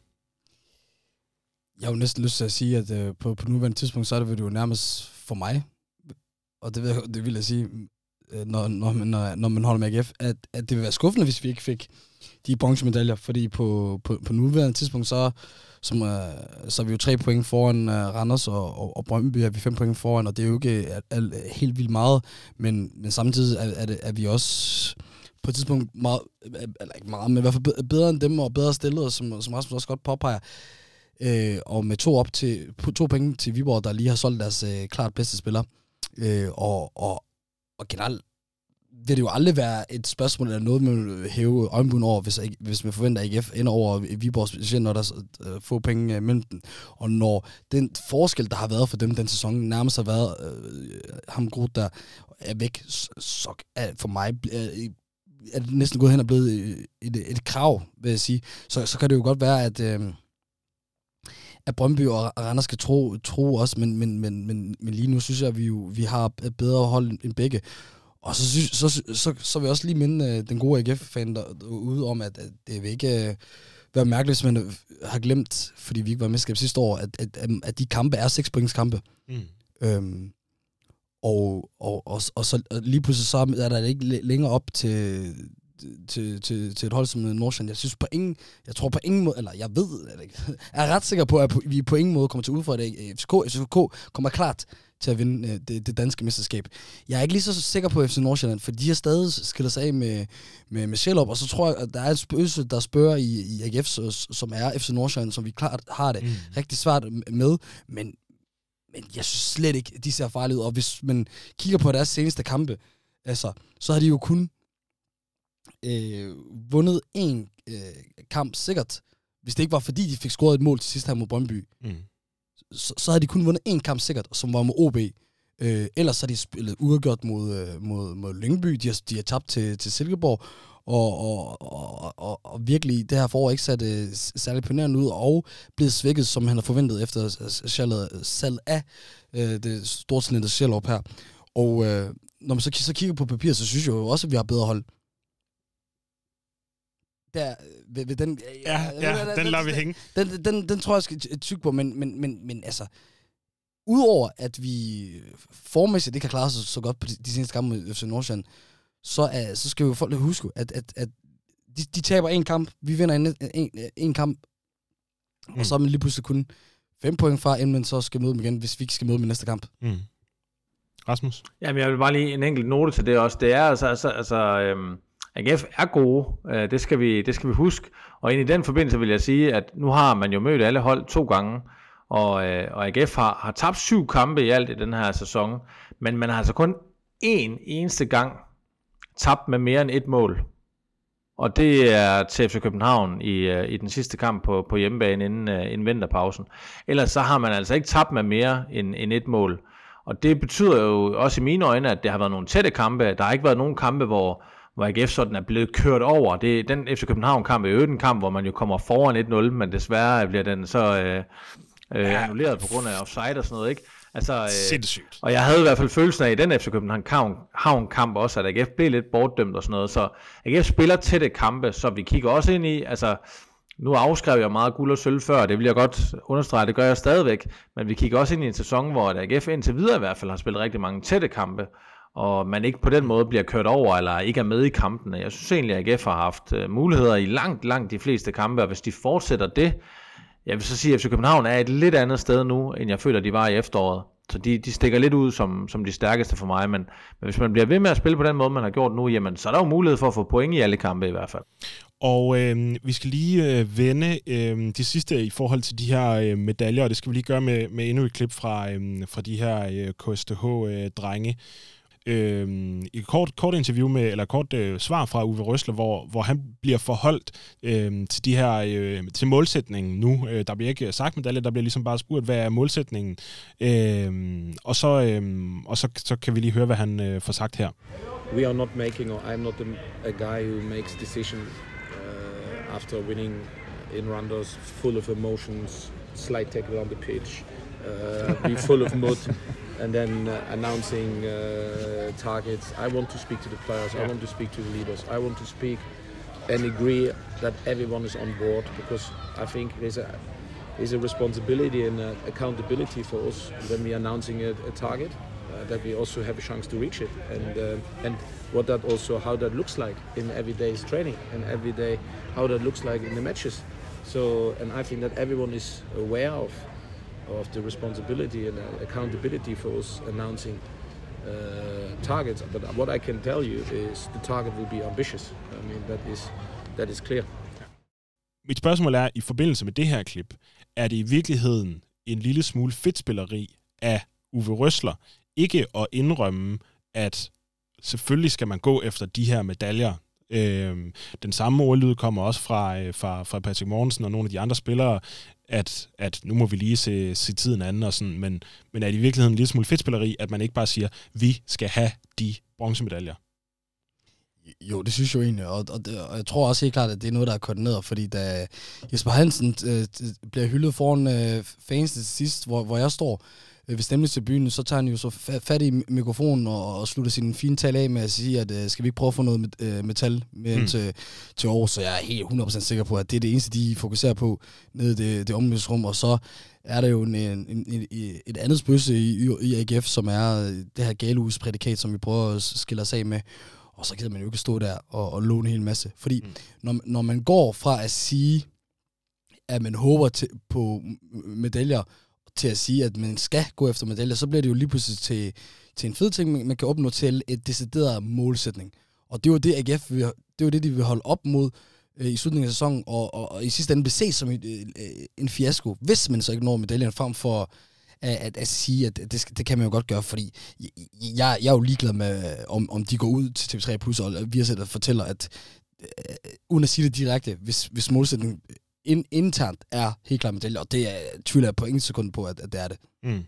Jeg har jo næsten lyst til at sige, at øh, på, på nuværende tidspunkt, så er det jo nærmest for mig, og det vil, det vil jeg sige, øh, når, når, man, når, når man holder med A G F, at, at det vil være skuffende, hvis vi ikke fik de bronzemedaljer, fordi på, på, på nuværende tidspunkt, så, som, øh, så er vi jo tre point foran øh, Randers, og, og, og Brøndby er vi fem point foran, og det er jo ikke er, er helt vildt meget, men, men samtidig er, er, det, er vi også på et tidspunkt meget, eller ikke meget, men i hvert fald bedre end dem, og bedre stillet, som, som Rasmus også godt påpeger. Øh, og med to op til to penge til Viborg, der lige har solgt deres øh, klart bedste spiller. Øh, og, og, og generelt vil det jo aldrig være et spørgsmål eller noget, man vil hæve øjenbryn over, hvis, hvis man forventer A G F ind over Viborg, specielt når der er øh, få penge øh, mellem den. Og når den forskel, der har været for dem den sæson, nærmest har været øh, ham Groth, der er væk, så, så er for mig øh, er det næsten gået hen og blevet et, et, et krav, vil jeg sige. Så, så kan det jo godt være, at øh, at Brøndby og Randers skal tro, tro også, men, men, men, men, men lige nu synes jeg, at vi, jo, vi har et bedre hold end begge. Og så, synes, så, så, så, så vil jeg også lige minde uh, den gode A G F-fan derude om, at, at det vil ikke uh, være mærkeligt, hvis man har glemt, fordi vi ikke var mesterskab sidste år, at, at, at de kampe er seks points kampe. Mm. Øhm, og, og, og, og så og lige pludselig så er der ikke længere op til, til, til, til et hold som Nordsjælland. Jeg synes på ingen, jeg tror på ingen måde, eller jeg ved, eller jeg er ret sikker på, at vi på ingen måde kommer til at udfordre det. F C K, F C K kommer klart til at vinde øh, det, det danske mesterskab. Jeg er ikke lige så sikker på F C Nordsjælland, for de har stadig skiller sig af med, med, med Sjælop, og så tror jeg, at der er et spøgelse, der spørger i, i A G F, som er F C Nordsjælland, som vi klart har det mm. rigtig svært med, men, men jeg synes slet ikke, de ser farlige ud, og hvis man kigger på deres seneste kampe, altså, så har de jo kun øh, vundet én øh, kamp sikkert, hvis det ikke var fordi, de fik scoret et mål til sidst her mod Brøndby. Mm. Så, så havde de kun vundet én kamp sikkert, som var mod O B. Øh, ellers har de spillet uafgjort mod, øh, mod, mod Lyngby. De har, de har tabt til, til Silkeborg, og, og, og, og, og virkelig det her forår ikke sat øh, særlig imponerende ud, og blevet svækket, som han har forventet efter salg af øh, det store talent Sjælop her. Og øh, når man så, så kigger på papir, så synes jeg jo også, at vi har bedre hold. Der, ved, ved den, ja, ja, ja, den, den lader vi hænge. Den, den, den, den tror jeg, jeg skal tykke på, men, men, men, men altså, udover at vi formæssigt ikke har klaret sig så godt på de, de seneste kampe med F C Nordsjælland, så, er, så skal jo folk huske, at, at, at de, de taber en kamp, vi vinder en, en, en kamp, mm. og så er man lige pludselig kun fem point fra, inden man så skal møde dem igen, hvis vi ikke skal møde dem i næste kamp. Mm. Rasmus? Jamen, jeg vil bare lige en enkelt note til det også. Det er altså, altså, altså øhm A G F er gode, det skal, vi, det skal vi huske, og ind i den forbindelse vil jeg sige, at nu har man jo mødt alle hold to gange, og, og A G F har, har tabt syv kampe i alt i den her sæson, men man har altså kun én eneste gang tabt med mere end et mål, og det er til F C København i, i den sidste kamp på, på hjemmebane inden, inden vinterpausen. Ellers så har man altså ikke tabt med mere end, end et mål, og det betyder jo også i mine øjne, at det har været nogle tætte kampe. Der har ikke været nogen kampe, hvor hvor A G F sådan er blevet kørt over. Det, den F C København-kamp er jo en kamp, hvor man jo kommer foran et nul, men desværre bliver den så øh, øh, ja. annulleret på grund af offside og sådan noget, ikke? Altså, øh, sindssygt. Og jeg havde i hvert fald følelsen af i den F C København-kamp også, at A G F blev lidt bortdømt og sådan noget, så A G F spiller tætte kampe, så vi kigger også ind i, altså, nu afskrev jeg meget guld og sølv før, det vil jeg godt understrege, det gør jeg stadigvæk, men vi kigger også ind i en sæson, hvor A G F indtil videre i hvert fald har spillet rigtig mange tætte kampe, og man ikke på den måde bliver kørt over, eller ikke er med i kampene. Jeg synes egentlig, at A G F har haft muligheder i langt, langt de fleste kampe, og hvis de fortsætter det, jeg vil så sige, at F C København er et lidt andet sted nu, end jeg føler, de var i efteråret. Så de, de stikker lidt ud som, som de stærkeste for mig, men, men hvis man bliver ved med at spille på den måde, man har gjort nu, jamen, så er der jo mulighed for at få point i alle kampe i hvert fald. Og øh, vi skal lige øh, vende øh, de sidste i forhold til de her øh, medaljer, og det skal vi lige gøre med, med endnu et klip fra, øh, fra de her øh, K S T H-drenge. Øh, i et kort, kort interview med, eller kort øh, svar fra Uwe Rösler, hvor, hvor han bliver forholdt øh, til de her, øh, til målsætningen nu. Øh, der bliver ikke sagt medalje, der bliver ligesom bare spurgt, hvad er målsætningen? Øh, og så, øh, og så, så kan vi lige høre, hvad han øh, får sagt her. We are not making, or I'm not a, a guy who makes decisions uh, after winning in Randers, full of emotions, slight tackle on the pitch, uh, be full of mood. And then uh, announcing uh, targets. I want to speak to the players, yeah. I want to speak to the leaders, I want to speak and agree that everyone is on board, because I think there's a, there's a responsibility and uh, accountability for us when we're announcing a, a target, uh, that we also have a chance to reach it, and uh, and what that also, how that looks like in everyday's training, and every day how that looks like in the matches. So, and I think that everyone is aware of of the responsibility and accountability for us announcing uh, targets. But what I can tell you is the target will be ambitious. I mean, that is, that is clear. Mit spørgsmål er, i forbindelse med det her klip, er det i virkeligheden en lille smule fedtspilleri af Uwe Rösler ikke at indrømme, at selvfølgelig skal man gå efter de her medaljer. Øhm, den samme ordlyd kommer også fra, øh, fra, fra Patrick Mortensen og nogle af de andre spillere, at, at nu må vi lige se, se tiden anden og sådan, men, men er det i virkeligheden en lille smule fedtspilleri, at man ikke bare siger, vi skal have de bronzemedaljer? Jo, det synes jeg jo egentlig, og, og, det, og jeg tror også helt klart, at det er noget, der er koordineret, fordi da Jesper Hansen øh, bliver hyldet foran øh, fans til sidst, hvor, hvor jeg står øh, ved stemningstribunen, så tager han jo så fat i mikrofonen og, og slutter sin fine tale af med at sige, at øh, skal vi ikke prøve at få noget med, øh, metal med mm. til, til år, så jeg er helt hundrede procent sikker på, at det er det eneste, de fokuserer på nede i det, det omklædningsrum, og så er der jo en, en, en, et andet spøgelse i, i A G F, som er det her galehus-prædikat, som vi prøver at skille os af med. og så gider man jo ikke stå der og, og låne en hel masse. Fordi mm. når, når man går fra at sige, at man håber til, på medaljer, til at sige, at man skal gå efter medaljer, så bliver det jo lige pludselig til, til en fed ting, man kan opnå til et decideret målsætning. Og det er jo det, A G F vil, det er jo det, de vil holde op mod øh, i slutningen af sæsonen, og, og, og i sidste ende beses som en, øh, en fiasko, hvis man så ikke når medaljen frem for at, at, at sige, at det, det kan man jo godt gøre, fordi jeg, jeg er jo ligeglad med, om, om de går ud til T V tre plus, og vi har set og fortæller, at øh, uden at sige det direkte, hvis, hvis målsætningen in, internt er helt klart medaljer, og det er, tvivler jeg på ingen sekund på, at, at det er det. Mm.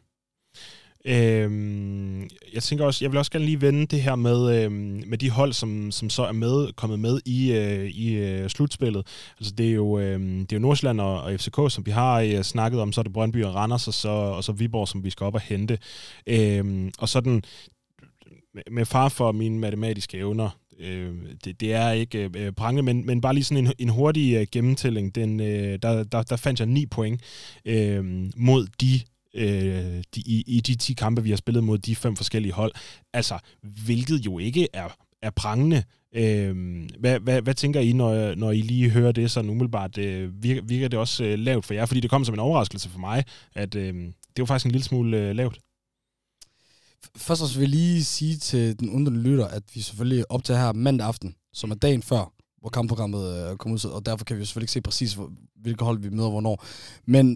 Øhm, jeg tænker også, jeg vil også gerne lige vende det her med, øhm, med de hold, som, som så er med, kommet med i, øh, i øh, slutspillet. Altså det er jo, øh, det er jo Nordsjælland og, og F C K, som vi har øh, snakket om, så er det Brøndby og Randers, og så, og så Viborg, som vi skal op og hente. Øhm, og sådan, med far for mine matematiske evner, øh, det, det er ikke øh, prangende, men, men bare lige sådan en, en hurtig øh, gennemtælling, den, øh, der, der, der fandt jeg ni point øh, mod de Øh, de, i, i de ti kampe, vi har spillet mod de fem forskellige hold. Altså, hvilket jo ikke er, er prangende. Øh, hvad, hvad, hvad tænker I, når, når I lige hører det sådan umiddelbart? Øh, virker, virker det også øh, lavt for jer? Fordi det kom som en overraskelse for mig, at øh, det var faktisk en lille smule øh, lavt. Først og fremmest vil jeg lige sige til den underlige lytter, at vi selvfølgelig optager her mandag aften, som er dagen før, hvor kampprogrammet øh, kommer ud, og derfor kan vi selvfølgelig ikke se præcis, hvilke hold vi møder og hvornår. Men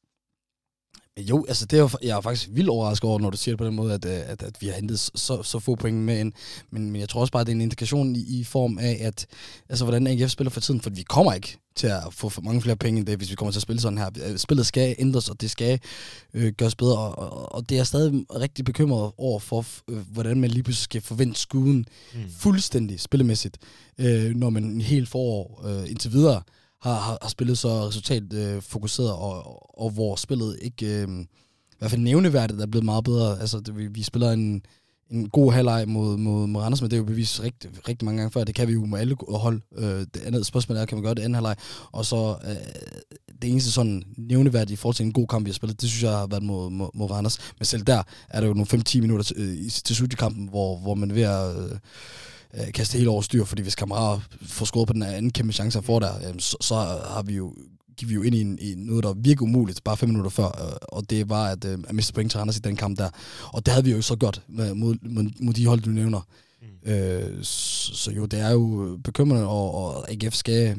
jo, altså det er jo, jeg er faktisk vildt overrasket over, når du siger det på den måde, at, at, at vi har hentet så, så få point med ind. Men, men jeg tror også bare, at det er en indikation i, i form af, at altså, hvordan A G F spiller for tiden, for vi kommer ikke til at få for mange flere penge end det, hvis vi kommer til at spille sådan her. Spillet skal ændres, og det skal øh, gøres bedre, og, og det er stadig rigtig bekymret over for, øh, hvordan man lige pludselig skal forvente skuden mm. fuldstændig spillemæssigt, øh, når man en hel forår øh, indtil videre Har, har spillet så resultatfokuseret, øh, og, og, og hvor spillet ikke, øh, i hvert fald nævneværdigt, er blevet meget bedre. Altså, det, vi, vi spiller en, en god halvleg mod, mod, mod Randers, men det er jo bevist rigtig, rigtig mange gange før. Det kan vi jo med alle hold. Øh, det andet spørgsmål er, kan man gøre det anden halvleg? Og så øh, det eneste sådan nævneværdigt i forhold til en god kamp, vi har spillet, det synes jeg har været mod, mod, mod Randers. Men selv der er der jo nogle fem til ti minutter til, øh, til slutkampen, hvor, hvor man er ved at Øh, kaste helt over styr, fordi hvis Kamara får scoret på den anden kæmpe chance, han får der, så, så har vi jo, giver vi jo ind i, en, i noget, der virker umuligt, bare fem minutter før, og det var at, at miste point til Randers i den kamp der. Og det havde vi jo så godt mod, mod, mod de hold, du nævner. Mm. Øh, så, så jo, det er jo bekymrende, og, og A G F skal,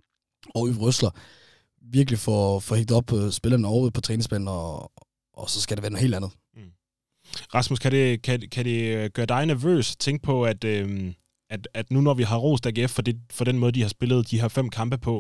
og Yves Røsler, virkelig få, få hægtet op på spillerne over på træningsbanen, og, og så skal det være noget helt andet. Mm. Rasmus, kan det, kan, kan det gøre dig nervøs at tænke på, at, øh, at, at nu når vi har rost A G F for, det, for den måde, de har spillet de her fem kampe på,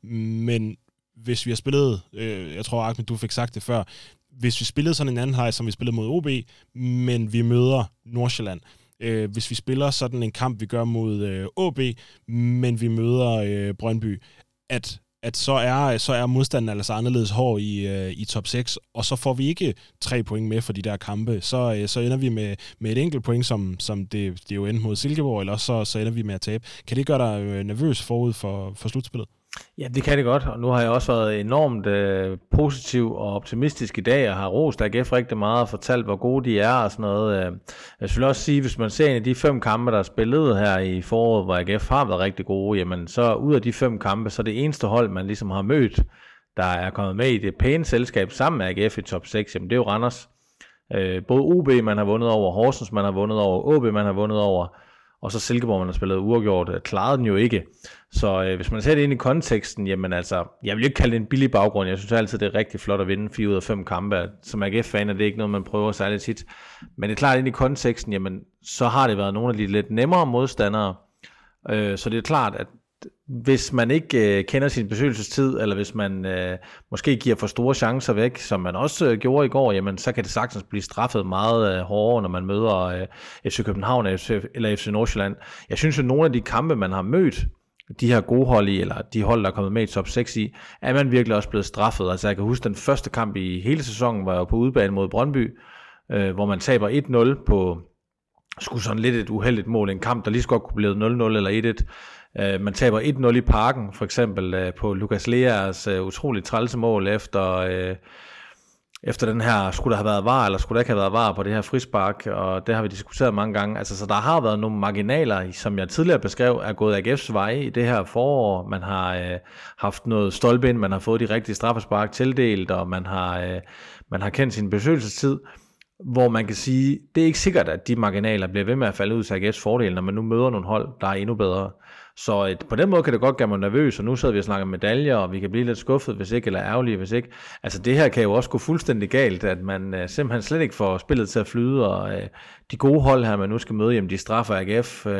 men hvis vi har spillet, øh, jeg tror Ahmed, du fik sagt det før, hvis vi spillede sådan en anden halvleg, som vi spillede mod O B, men vi møder Nordsjælland, øh, hvis vi spiller sådan en kamp, vi gør mod øh, O B, men vi møder øh, Brøndby, at at så er, så er modstanden altså anderledes hård i, øh, i top seks, og så får vi ikke tre point med for de der kampe. Så, øh, så ender vi med, med et enkelt point, som, som det, det er jo endte mod Silkeborg, eller så, så ender vi med at tabe. Kan det gøre dig nervøs forud for, for slutspillet? Ja, det kan det godt, og nu har jeg også været enormt øh, positiv og optimistisk i dag, og har rost A G F rigtig meget og fortalt, hvor gode de er og sådan noget. Jeg vil også sige, hvis man ser en af de fem kampe, der er spillet her i foråret, hvor A G F har været rigtig gode, jamen så ud af de fem kampe, så er det eneste hold, man ligesom har mødt, der er kommet med i det pæne selskab sammen med A G F i top seks, jamen det er jo Randers. Øh, både O B, man har vundet over, Horsens, man har vundet over, O B, man har vundet over, og så Silkeborg, man har spillet uafgjort, klarede den jo ikke. Så øh, hvis man ser det ind i konteksten, jamen altså, jeg vil ikke kalde det en billig baggrund. Jeg synes altid, det er rigtig flot at vinde fire ud af fem kampe. Som A G F-fan er det ikke noget, man prøver særligt tit. Men det er klart, ind i konteksten, jamen, så har det været nogle af de lidt nemmere modstandere. Øh, så det er klart, at hvis man ikke øh, kender sin besøgelsestid, eller hvis man øh, måske giver for store chancer væk, som man også øh, gjorde i går, jamen så kan det sagtens blive straffet meget øh, hårdere, når man møder øh, F C København eller F C, eller F C Nordsjælland. Jeg synes jo, nogle af de kampe, man har mødt, de her gode hold i, eller de hold, der er kommet med i top seks i, er man virkelig også blevet straffet. Altså jeg kan huske, den første kamp i hele sæsonen var jo på udebane mod Brøndby, øh, hvor man taber et nul på sgu sådan lidt et uheldigt mål. En kamp, der lige så godt kunne blive nul nul eller et et. Uh, man taber et nul i Parken, for eksempel uh, på Lukas Leas uh, utroligt trælse mål efter, uh, efter den her, skulle der have været var, eller skulle der ikke have været var på det her frispark, og det har vi diskuteret mange gange. Altså, så der har været nogle marginaler, som jeg tidligere beskrev, er gået A G F's vej i det her forår. Man har øh, haft noget stolpe ind, man har fået de rigtige straffespark tildelt, og man har, øh, man har kendt sin besøgelsestid, hvor man kan sige, det er ikke sikkert, at de marginaler bliver ved med at falde ud til A G F's fordel, når man nu møder nogle hold, der er endnu bedre. Så et, på den måde kan det godt gøre mig nervøs, og nu sidder vi og snakker medaljer, og vi kan blive lidt skuffet, hvis ikke, eller ærgerlige, hvis ikke. Altså det her kan jo også gå fuldstændig galt, at man uh, simpelthen slet ikke får spillet til at flyde, og uh, de gode hold her, man nu skal møde, jamen de straffer A G F, uh,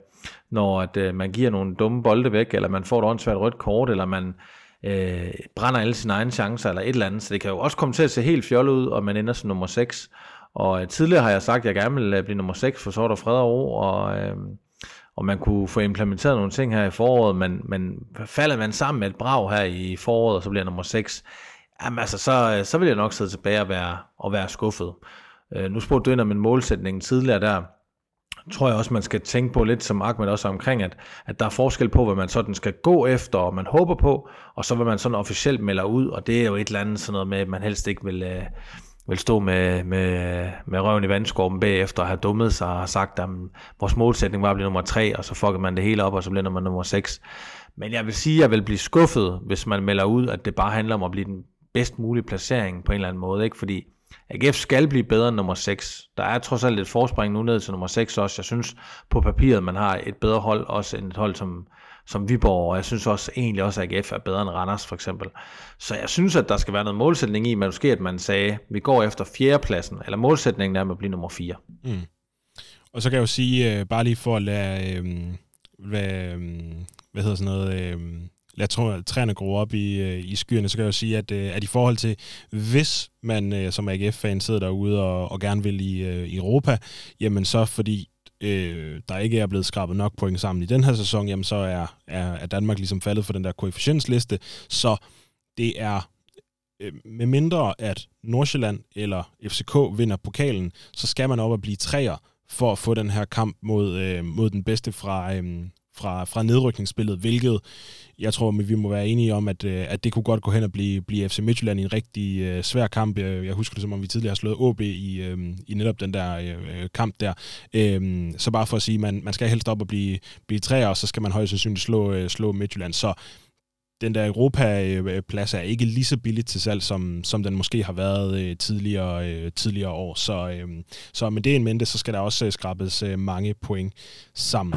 når at, uh, man giver nogle dumme bolde væk, eller man får et åndssvagt rødt kort, eller man uh, brænder alle sine egne chancer, eller et eller andet. Så det kan jo også komme til at se helt fjollet ud, og man ender som nummer seks. Og uh, tidligere har jeg sagt, at jeg gerne vil uh, blive nummer seks, for så er der fred og ro, og... Uh, og man kunne få implementeret nogle ting her i foråret, men, men falder man sammen med et brag her i foråret, og så bliver nummer seks, jamen altså, så, så vil jeg nok sidde tilbage og være, og være skuffet. Uh, nu spurgte du ind om en målsætning tidligere der, tror jeg også, man skal tænke på lidt, som Ahmed også omkring, at, at der er forskel på, hvad man sådan skal gå efter, og man håber på, og så hvad man sådan officielt melder ud, og det er jo et eller andet sådan noget med, at man helst ikke vil... Uh, vil stå med, med, med røven i vandskorben bagefter og have dummet sig og har sagt, at vores målsætning var at blive nummer tre, og så fucker man det hele op, og så bliver man nummer seks. Men jeg vil sige, at jeg vil blive skuffet, hvis man melder ud, at det bare handler om at blive den bedst mulige placering på en eller anden måde, ikke? Fordi A G F skal blive bedre end nummer seks. Der er trods alt et forspring nu ned til nummer seks også. Jeg synes på papiret, man har et bedre hold, også end et hold som, som Viborg, og jeg synes også egentlig også, at A G F er bedre end Randers for eksempel. Så jeg synes, at der skal være noget målsætning i, men måske at man sagde, vi går efter fjerdepladsen, eller målsætningen er at blive nummer fire. Mm. Og så kan jeg jo sige, øh, bare lige for at lade, øh, hvad, øh, hvad hedder sådan noget... Øh, lad træerne gro op i, øh, i skyerne, så kan jeg jo sige, at, øh, at i forhold til, hvis man øh, som A G F-fan sidder derude og, og gerne vil i, øh, i Europa, jamen så fordi øh, der ikke er blevet skrabet nok point sammen i den her sæson, jamen så er, er, er Danmark ligesom faldet for den der koefficientsliste, så det er øh, med mindre at Nordsjælland eller F C K vinder pokalen, så skal man op og blive treer for at få den her kamp mod, øh, mod den bedste fra... Øh, Fra, fra nedrykningsspillet, hvilket jeg tror, vi må være enige om, at, at det kunne godt gå hen og blive, blive F C Midtjylland i en rigtig uh, svær kamp. Jeg, jeg husker det, som om vi tidligere har slået O B i, uh, i netop den der uh, kamp der. Uh, så bare for at sige, man, man skal helst op og blive, blive træer, og så skal man højst sandsynligt slå, uh, slå Midtjylland. Så den der Europa-plads er ikke lige så billigt til salg, som, som den måske har været uh, tidligere, uh, tidligere år. Så, uh, så med det en mente, så skal der også uh, skrabes uh, mange point sammen.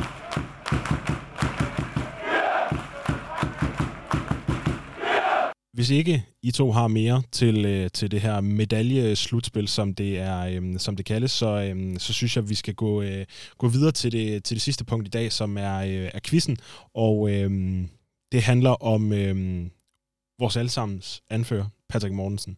Hvis ikke I to har mere til, til det her medaljeslutspil, som det er, som det kaldes, så, så synes jeg, at vi skal gå, gå videre til det, til det sidste punkt i dag, som er, er quizzen. Og øhm, det handler om øhm, vores allesammens anfører, Patrick Mortensen.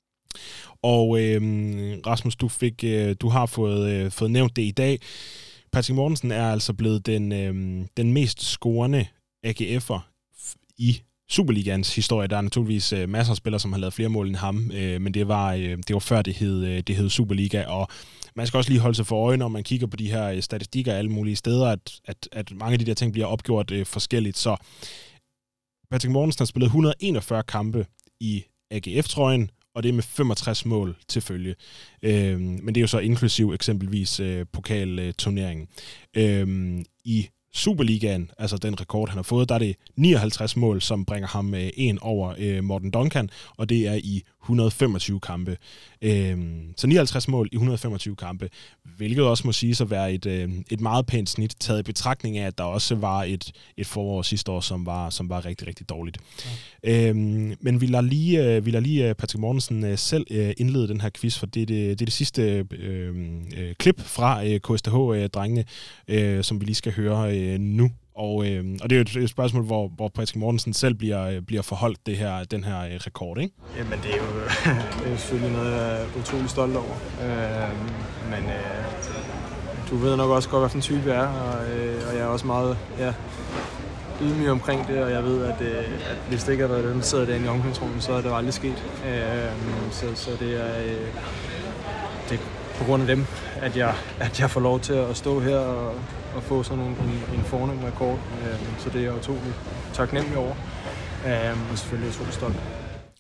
Og øhm, Rasmus, du, fik, du har fået, fået nævnt det i dag. Patrick Mortensen er altså blevet den, øhm, den mest scorende A G F'er i Superligans historie. Der er naturligvis øh, masser af spillere, som har lavet flere mål end ham, øh, men det var, øh, det var før det hed, øh, det hed Superliga, og man skal også lige holde sig for øje, når man kigger på de her øh, statistikker alle mulige steder, at, at, at mange af de der ting bliver opgjort øh, forskelligt. Så Patrick Mortensen har spillet et hundrede og enogfyrre kampe i A G F-trøjen, og det er med femogtres mål til følge. Øh, men det er jo så inklusiv eksempelvis øh, pokalturneringen. Øh, I Superligaen, altså den rekord, han har fået, der er det nioghalvtreds mål, som bringer ham øh, en over øh, Morten Duncan, og det er i et hundrede og femogtyve kampe. Øh, så nioghalvtreds mål i et hundrede og femogtyve kampe, hvilket også må siges at være et, øh, et meget pænt snit, taget i betragtning af, at der også var et, et forår sidste år, som var, som var rigtig, rigtig dårligt. Ja. Øh, men vi lader lige, øh, vi lader lige Patrick Mortensen øh, selv øh, indlede den her quiz, for det er det, det, er det sidste øh, øh, klip fra øh, K S T H-drengene, øh, øh, som vi lige skal høre øh, nu. Og, øh, og det er jo et spørgsmål, hvor, hvor Patrick Mortensen selv bliver, bliver forholdt det her, den her øh, rekord, ikke? Jamen, det er jo, det er selvfølgelig noget, jeg er utrolig stolt over. Øh, men øh, du ved nok også godt, hvad for en type jeg er, og, øh, og jeg er også meget ja, ydmyg omkring det, og jeg ved, at, øh, at hvis det ikke havde været dem, der sidder derinde i omklædningsrummet, så er det jo aldrig sket. Øh, så, så det er... Øh, det på grund af dem, at jeg, at jeg får lov til at stå her og, og få sådan en, en, en fornem rekord. Så det er jeg utrolig taknemmelig over, og selvfølgelig utrolig stolt.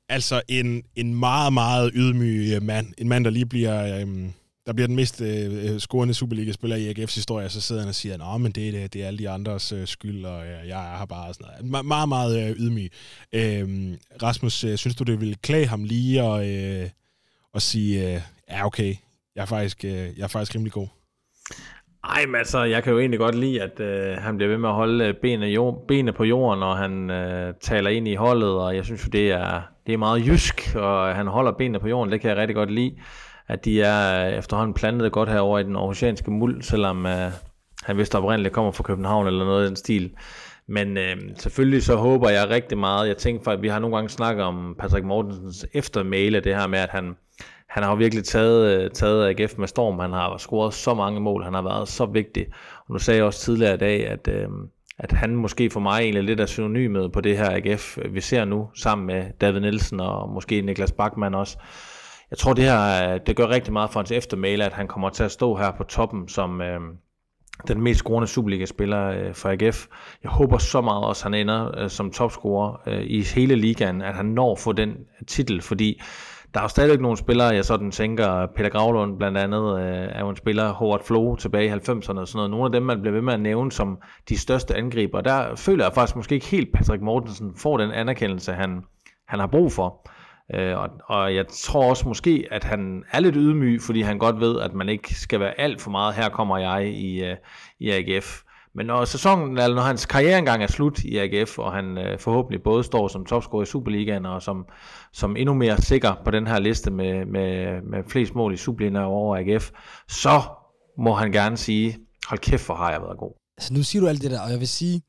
Altså en, en meget, meget ydmyg mand. En mand, der lige bliver... Øhm, der bliver den mest øh, scorende Superliga-spiller i A G F's historie, og så sidder han og siger, at men det, det, det er alle de andres øh, skyld, og øh, jeg er her bare. Og sådan noget. Me- meget, meget øh, ydmyg. Øhm, Rasmus, øh, synes du, det ville klæde ham lige at, øh, at sige, øh, ja okay, jeg er, faktisk, øh, jeg er faktisk rimelig god? Ej, men altså, jeg kan jo egentlig godt lide, at øh, han bliver ved med at holde benene, jord, benene på jorden, og han øh, taler ind i holdet, og jeg synes jo, det er, det er meget jysk, og han holder benene på jorden, det kan jeg rigtig godt lide, at de er efterhånden plantet godt herover i den aarhusianske muld, selvom øh, han vist oprindeligt kommer fra København eller noget i den stil. Men øh, selvfølgelig så håber jeg rigtig meget, jeg tænker for, at vi har nogle gange snakket om Patrick Mortensens eftermæle, det her med, at han Han har jo virkelig taget, taget A G F med storm. Han har scoret så mange mål. Han har været så vigtig. Og nu sagde jeg også tidligere i dag, at, øh, at han måske for mig egentlig lidt er synonymet på det her A G F, vi ser nu, sammen med David Nielsen og måske Niklas Bachmann også. Jeg tror, det her det gør rigtig meget for hans eftermæle, at han kommer til at stå her på toppen som øh, den mest scorende Superliga-spiller øh, for A G F. Jeg håber så meget også, at han ender øh, som topscorer øh, i hele ligaen, at han når få den titel, fordi der er jo stadigvæk nogle spillere, jeg sådan tænker, Peter Gravlund blandt andet, øh, er jo en spiller, Howard Flo tilbage i halvfemserne og sådan noget. Nogle af dem, man bliver ved med at nævne som de største angriber. Der føler jeg faktisk måske ikke helt, Patrick Mortensen får den anerkendelse, han, han har brug for. Øh, og, og jeg tror også måske, at han er lidt ydmyg, fordi han godt ved, at man ikke skal være alt for meget, her kommer jeg i, øh, i A G F. Men når sæsonen, eller når hans karriere engang er slut i A G F, og han øh, forhåbentlig både står som topscorer i Superligaen, og som, som endnu mere sikker på den her liste med, med, med flest mål i Superligaen over A G F, så må han gerne sige, hold kæft, hvor har jeg været god. Altså nu siger du alt det der, og jeg vil sige,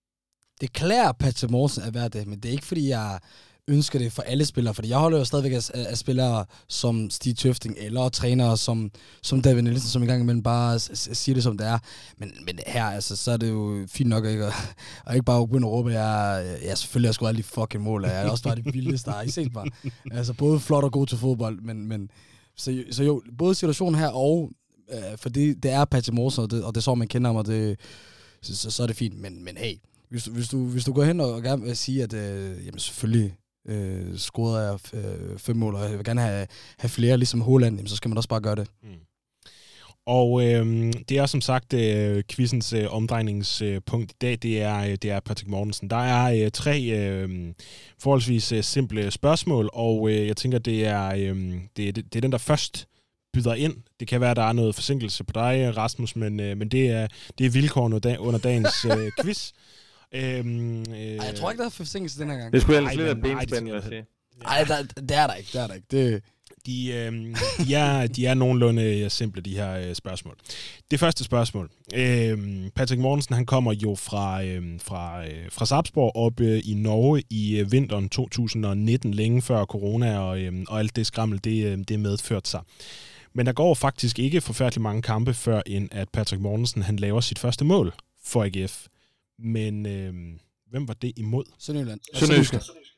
det klæder Patrick Mortensen at være det, men det er ikke fordi, jeg ønsker det for alle spillere, fordi jeg holder jo stadigvæk af, af spillere som Stig Tøfting, eller trænere som, som David Nielsen, som en gang imellem bare siger det, som det er. Men, men her, altså, så er det jo fint nok, ikke? Og, og ikke bare begynde at råbe, jeg, jeg selvfølgelig har sgu aldrig fucking mål, jeg er også bare det vildeste, der har I set mig. Altså, både flot og god til fodbold, men, men så, så jo, både situationen her og, øh, fordi det er Patrick Mortensen, og det, og det er så, man kender ham, og det, så, så, så er det fint. Men, men hey, hvis du, hvis, du, hvis du går hen og gerne vil sige, at øh, jamen selvfølgelig, Øh, scorede jeg øh, fem mål, og jeg vil gerne have, have flere, ligesom Haaland, jamen, så skal man også bare gøre det. Mm. Og øh, det er som sagt øh, quizens øh, omdrejningspunkt øh, i dag, det er, øh, det er Patrick Mortensen. Der er øh, tre øh, forholdsvis øh, simple spørgsmål, og øh, jeg tænker, det er, øh, det, er, det er den, der først byder ind. Det kan være, at der er noget forsinkelse på dig, Rasmus, men, øh, men det, er, det er vilkårene under dagens øh, quiz. Øhm, øh, Ej, jeg tror ikke, der er forsinkelse den her gang. Det skulle ellers lidt af benspændende at sige. Nej, det er der ikke. Det er der ikke. Det... De, øh, de, er, de er nogenlunde simple, de her øh, spørgsmål. Det første spørgsmål. Øh, Patrick Mortensen, han kommer jo fra, øh, fra, øh, fra Sarpsborg op øh, i Norge i øh, vinteren to tusind nitten, længe før corona og, øh, og alt det skrammel, det, øh, det medførte sig. Men der går faktisk ikke forfærdeligt mange kampe, før end at Patrick Mortensen, han laver sit første mål for A G F. Men øh, hvem var det imod? Sønderjylland. Sønderjyske.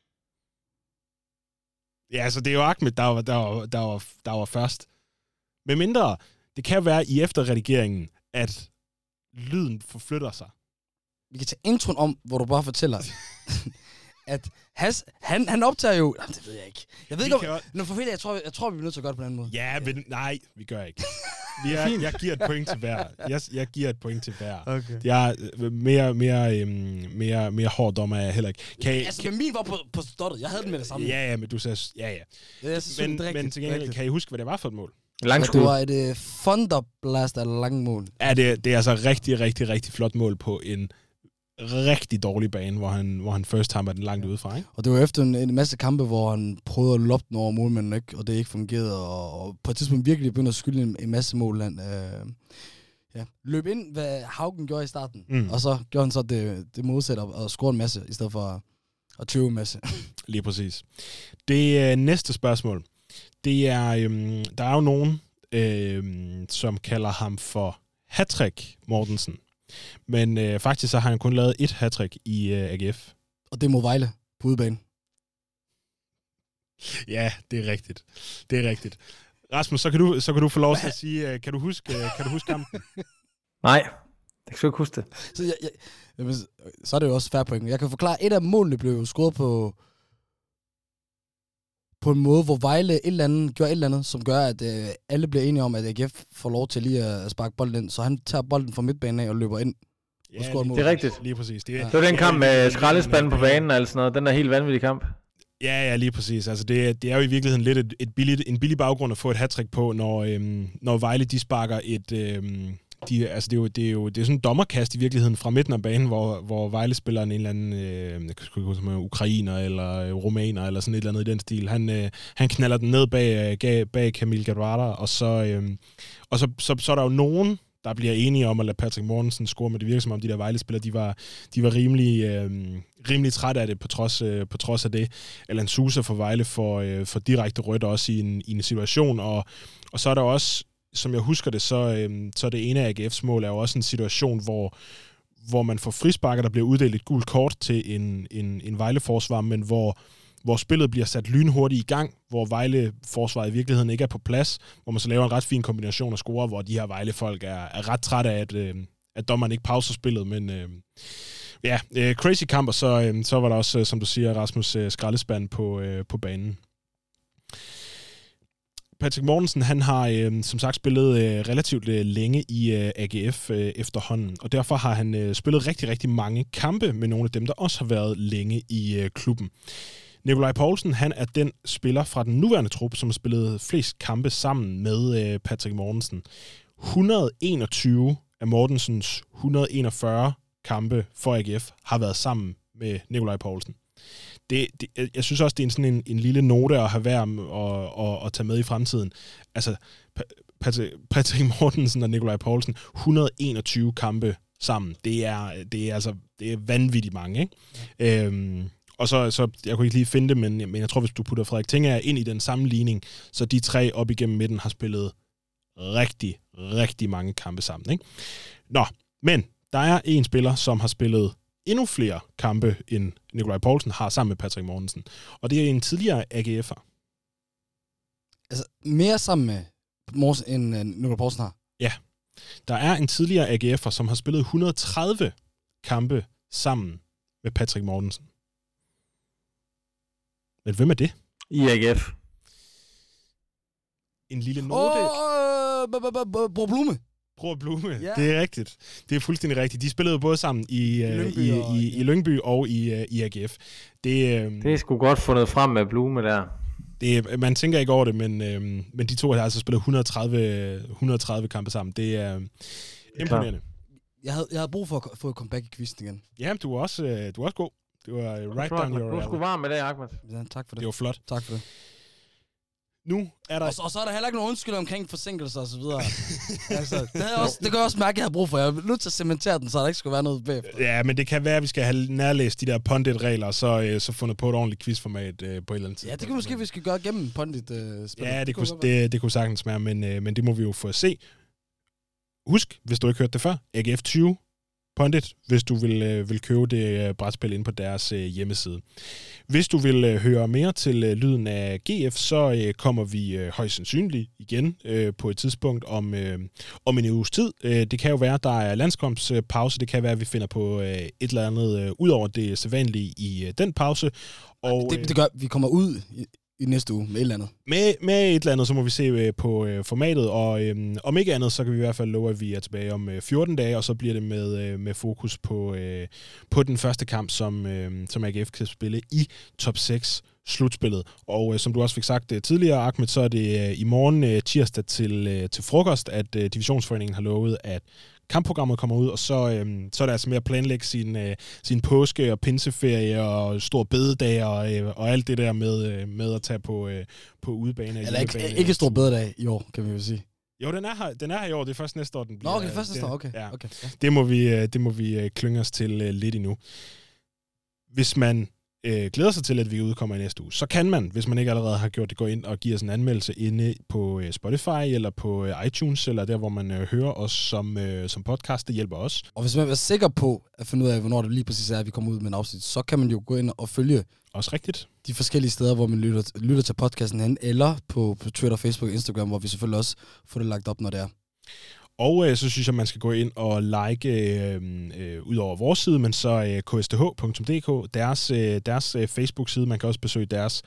Ja, altså det er jo Ahmed, der var, der var, der var, der var først. Med mindre, det kan være i efterredigeringen, at lyden forflytter sig. Vi kan tage introen om, hvor du bare fortæller, at Has, han, han optager jo... Jamen, det ved jeg ikke. Jeg ved vi ikke, om... Nå, for fedt, jeg tror, jeg tror, vi er nødt til at gøre det på en anden måde. Ja, men nej, vi gør ikke. Vi er, jeg giver et point til hver. Jeg, jeg giver et point til hver. Okay. Jeg er mere, mere, øhm, mere, mere hård dommer er jeg heller ikke. Kan, altså, kan... men min var på, på stottet. Jeg havde den med det samme. Ja, ja, men du sagde... Ja, ja. Det er men, men, men til gengæld, kan I huske, hvad det var for et mål? Langskud. Det var et uh, thunderblast af langmål. Ja, det, det er altså rigtig, rigtig, rigtig flot mål på en rigtig dårlig bane, hvor han, hvor han først hammer den langt udefra, ikke? Og det var efter en, en masse kampe, hvor han prøvede at loppe den over målmanden, ikke? Og det ikke fungerede, og, og på et tidspunkt virkelig begyndte at skylde en, en masse mål. Han, øh, ja. Løb ind, hvad Haugen gjorde i starten, mm. og så gjorde han så det, det modsatte og, og scorede en masse, i stedet for at, at tøve en masse. Lige præcis. Det øh, næste spørgsmål, det er, øh, der er jo nogen, øh, som kalder ham for Hattrick Mortensen. Men øh, faktisk så har han kun lavet et hattrick i øh, A G F. Og det er mod Vejle på udebane. Ja, det er rigtigt. Det er rigtigt. Rasmus, så kan du, så kan du få lov til at sige, øh, kan du huske, øh, kan du huske kampen? Nej, jeg kan ikke huske det. Så, jeg, jeg, jamen, så er det jo også fair point. Jeg kan forklare, et af målene blev jo scoret på på en måde, hvor Vejle et eller andet, gør et eller andet, som gør, at øh, alle bliver enige om, at A G F får lov til lige at sparke bolden ind. Så han tager bolden fra midtbanen af og løber ind. Ja, og det er rigtigt. Lige præcis. Det, ja. det var den kamp med skraldespanden på banen og alt sådan noget. Den er helt vanvittig kamp. Ja, ja, lige præcis. Altså det, det er jo i virkeligheden lidt et, et billigt, en billig baggrund at få et hattrick på, når, øhm, når Vejle de sparker et... Øhm, de, altså det er jo, det er jo det er sådan en dommerkast i virkeligheden fra midten af banen, hvor, hvor Vejle spiller en eller anden øh, jeg kan ikke huske, ukrainer eller romaner eller sådan et eller andet i den stil. Han, øh, han knalder den ned bag, bag, bag Camille Gadwara, og så, øh, og så, så, så er der jo nogen, der bliver enige om at lade Patrick Mortensen score, men det virker som om de der Vejle-spillere, de var, de var rimelig, øh, rimelig trætte af det på trods, øh, på trods af det. Alan Sousa for Vejle for, øh, for direkte rødt også i en, i en situation, og, og så er der også, som jeg husker det, så, øh, så det ene af A G F's mål er jo også en situation, hvor, hvor man får frisparker, der bliver uddelt et gult kort til en, en, en Vejle-forsvar, men hvor hvor spillet bliver sat lynhurtigt i gang, hvor Vejle-forsvaret i virkeligheden ikke er på plads, hvor man så laver en ret fin kombination af scorer, hvor de her Vejle-folk er, er ret trætte af, at, øh, at dommeren ikke pauser spillet, men øh, ja, øh, crazy kamp, og så, øh, så var der også, som du siger, Rasmus øh, skraldespand på, øh, på banen. Patrick Mortensen, han har øh, som sagt spillet øh, relativt øh, længe i øh, A G F øh, efterhånden, og derfor har han øh, spillet rigtig, rigtig mange kampe med nogle af dem, der også har været længe i øh, klubben. Nikolaj Poulsen, han er den spiller fra den nuværende trup, som har spillet flest kampe sammen med øh, Patrick Mortensen. et hundrede og enogtyve af Mortensens et hundrede og enogfyrre kampe for A G F har været sammen med Nikolaj Poulsen. Det, det, jeg synes også, det er en, sådan en, en lille note at have værd og, og, og tage med i fremtiden. Altså, Patrick, Patrick Mortensen og Nikolaj Poulsen, et hundrede og enogtyve kampe sammen. Det er, det er, altså, det er vanvittigt mange, ikke? Ja. Øhm, Og så, så, jeg kunne ikke lige finde det, men, men jeg tror, hvis du putter Frederik Tinger ind i den sammenligning, så de tre op igennem midten har spillet rigtig, rigtig mange kampe sammen. Ikke? Nå, men der er en spiller, som har spillet endnu flere kampe, end Nikolaj Poulsen har sammen med Patrick Mortensen. Og det er en tidligere A G F'er. Altså, mere sammen med Mortensen, end uh, Nikolaj Poulsen har? Ja. Der er en tidligere A G F'er, som har spillet et hundrede og tredive kampe sammen med Patrick Mortensen. Men hvem er det? I A G F. En lille note. Åh, Bror Blume. Bror Blume, yeah. Det er rigtigt. Det er fuldstændig rigtigt. De spillede både sammen i, uh, Lyngby i, og, i, i Lyngby og i, uh, i A G F. Det, um, det er sgu godt fundet frem med Blume der. Det, man tænker ikke over det, men, um, men de to har altså spillet et hundrede og tredive kampe sammen. Det er um, imponerende. Jeg havde, jeg havde brug for at få et comeback i quizzen igen. Ja, du er også, uh, du er også god. Det var right down your alley. Du er sgu varm med det, Ahmed. Ja, tak for det. Det var flot. Tak for det. Nu er der... Og så, og så er der heller ikke nogen undskyld omkring forsinkelser og så videre. altså, det, også, det kan jeg også mærke, at jeg har brug for. Jeg er nødt til at cementere den, så der ikke skulle være noget bagefter. Ja, men det kan være, at vi skal have nærlæst de der Pondit-regler, og så, øh, så fundet på et ordentligt quizformat øh, på et eller andet tidspunkt. Ja, det kan måske, vi skal gøre gennem Pondit-spillet. Øh, ja, det, det, kunne, det, det kunne sagtens være, men, øh, men det må vi jo få at se. Husk, hvis du ikke hørte det før, A G F tyve Pondit, hvis du vil, øh, vil købe det øh, brætspil ind på deres øh, hjemmeside. Hvis du vil øh, høre mere til øh, lyden af G F, så øh, kommer vi øh, højst sandsynligt igen øh, på et tidspunkt om, øh, om en uges tid. Øh, det kan jo være, der er landskampspause. Det kan være, at vi finder på øh, et eller andet øh, ud over det sædvanlige i øh, den pause. Og, det, det gør, vi kommer ud i, i næste uge med et eller andet. Med, med et eller andet, så må vi se øh, på øh, formatet, og øh, om ikke andet, så kan vi i hvert fald love, at vi er tilbage om øh, fjorten dage, og så bliver det med, øh, med fokus på, øh, på den første kamp, som, øh, som A G F kan spille i top seks slutspillet. Og øh, som du også fik sagt øh, tidligere, Ahmed, så er det øh, i morgen øh, tirsdag til, øh, til frokost, at øh, Divisionsforeningen har lovet, at kampprogrammet kommer ud, og så, øhm, så er det altså med at planlægge sin, øh, sin påske- og pinseferie og stor bededag og, øh, og alt det der med, øh, med at tage på, øh, på udebane. Eller ikke, ikke stor bededag i år, kan vi jo sige. Jo, den er her, den er her i år. Det er først næste år, den bliver. Nå, okay, det er først næste år, okay. Ja. okay. Ja. Det må vi, det må vi klynge os til uh, lidt endnu. Hvis man øh, glæder sig til, at vi udkommer i næste uge, så kan man, hvis man ikke allerede har gjort det, gå ind og give os en anmeldelse inde på øh, Spotify eller på øh, iTunes, eller der, hvor man øh, hører os som, øh, som podcast. Det hjælper os. Og hvis man er sikker på at finde ud af, hvornår det lige præcis er, at vi kommer ud med en afsnit, så kan man jo gå ind og følge også rigtigt de forskellige steder, hvor man lytter, lytter til podcasten hen, eller på, på Twitter, Facebook og Instagram, hvor vi selvfølgelig også får det lagt op, når det er. Og øh, så synes jeg, man skal gå ind og like øh, øh, ud over vores side, men så øh, k s t h punktum d k, deres, øh, deres øh, Facebook-side. Man kan også besøge deres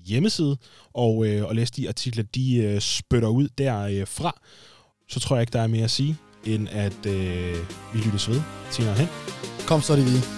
hjemmeside og, øh, og læse de artikler, de øh, spytter ud derfra. Så tror jeg ikke, der er mere at sige, end at øh, vi lyttes ved senere hen. Kom så, det vi.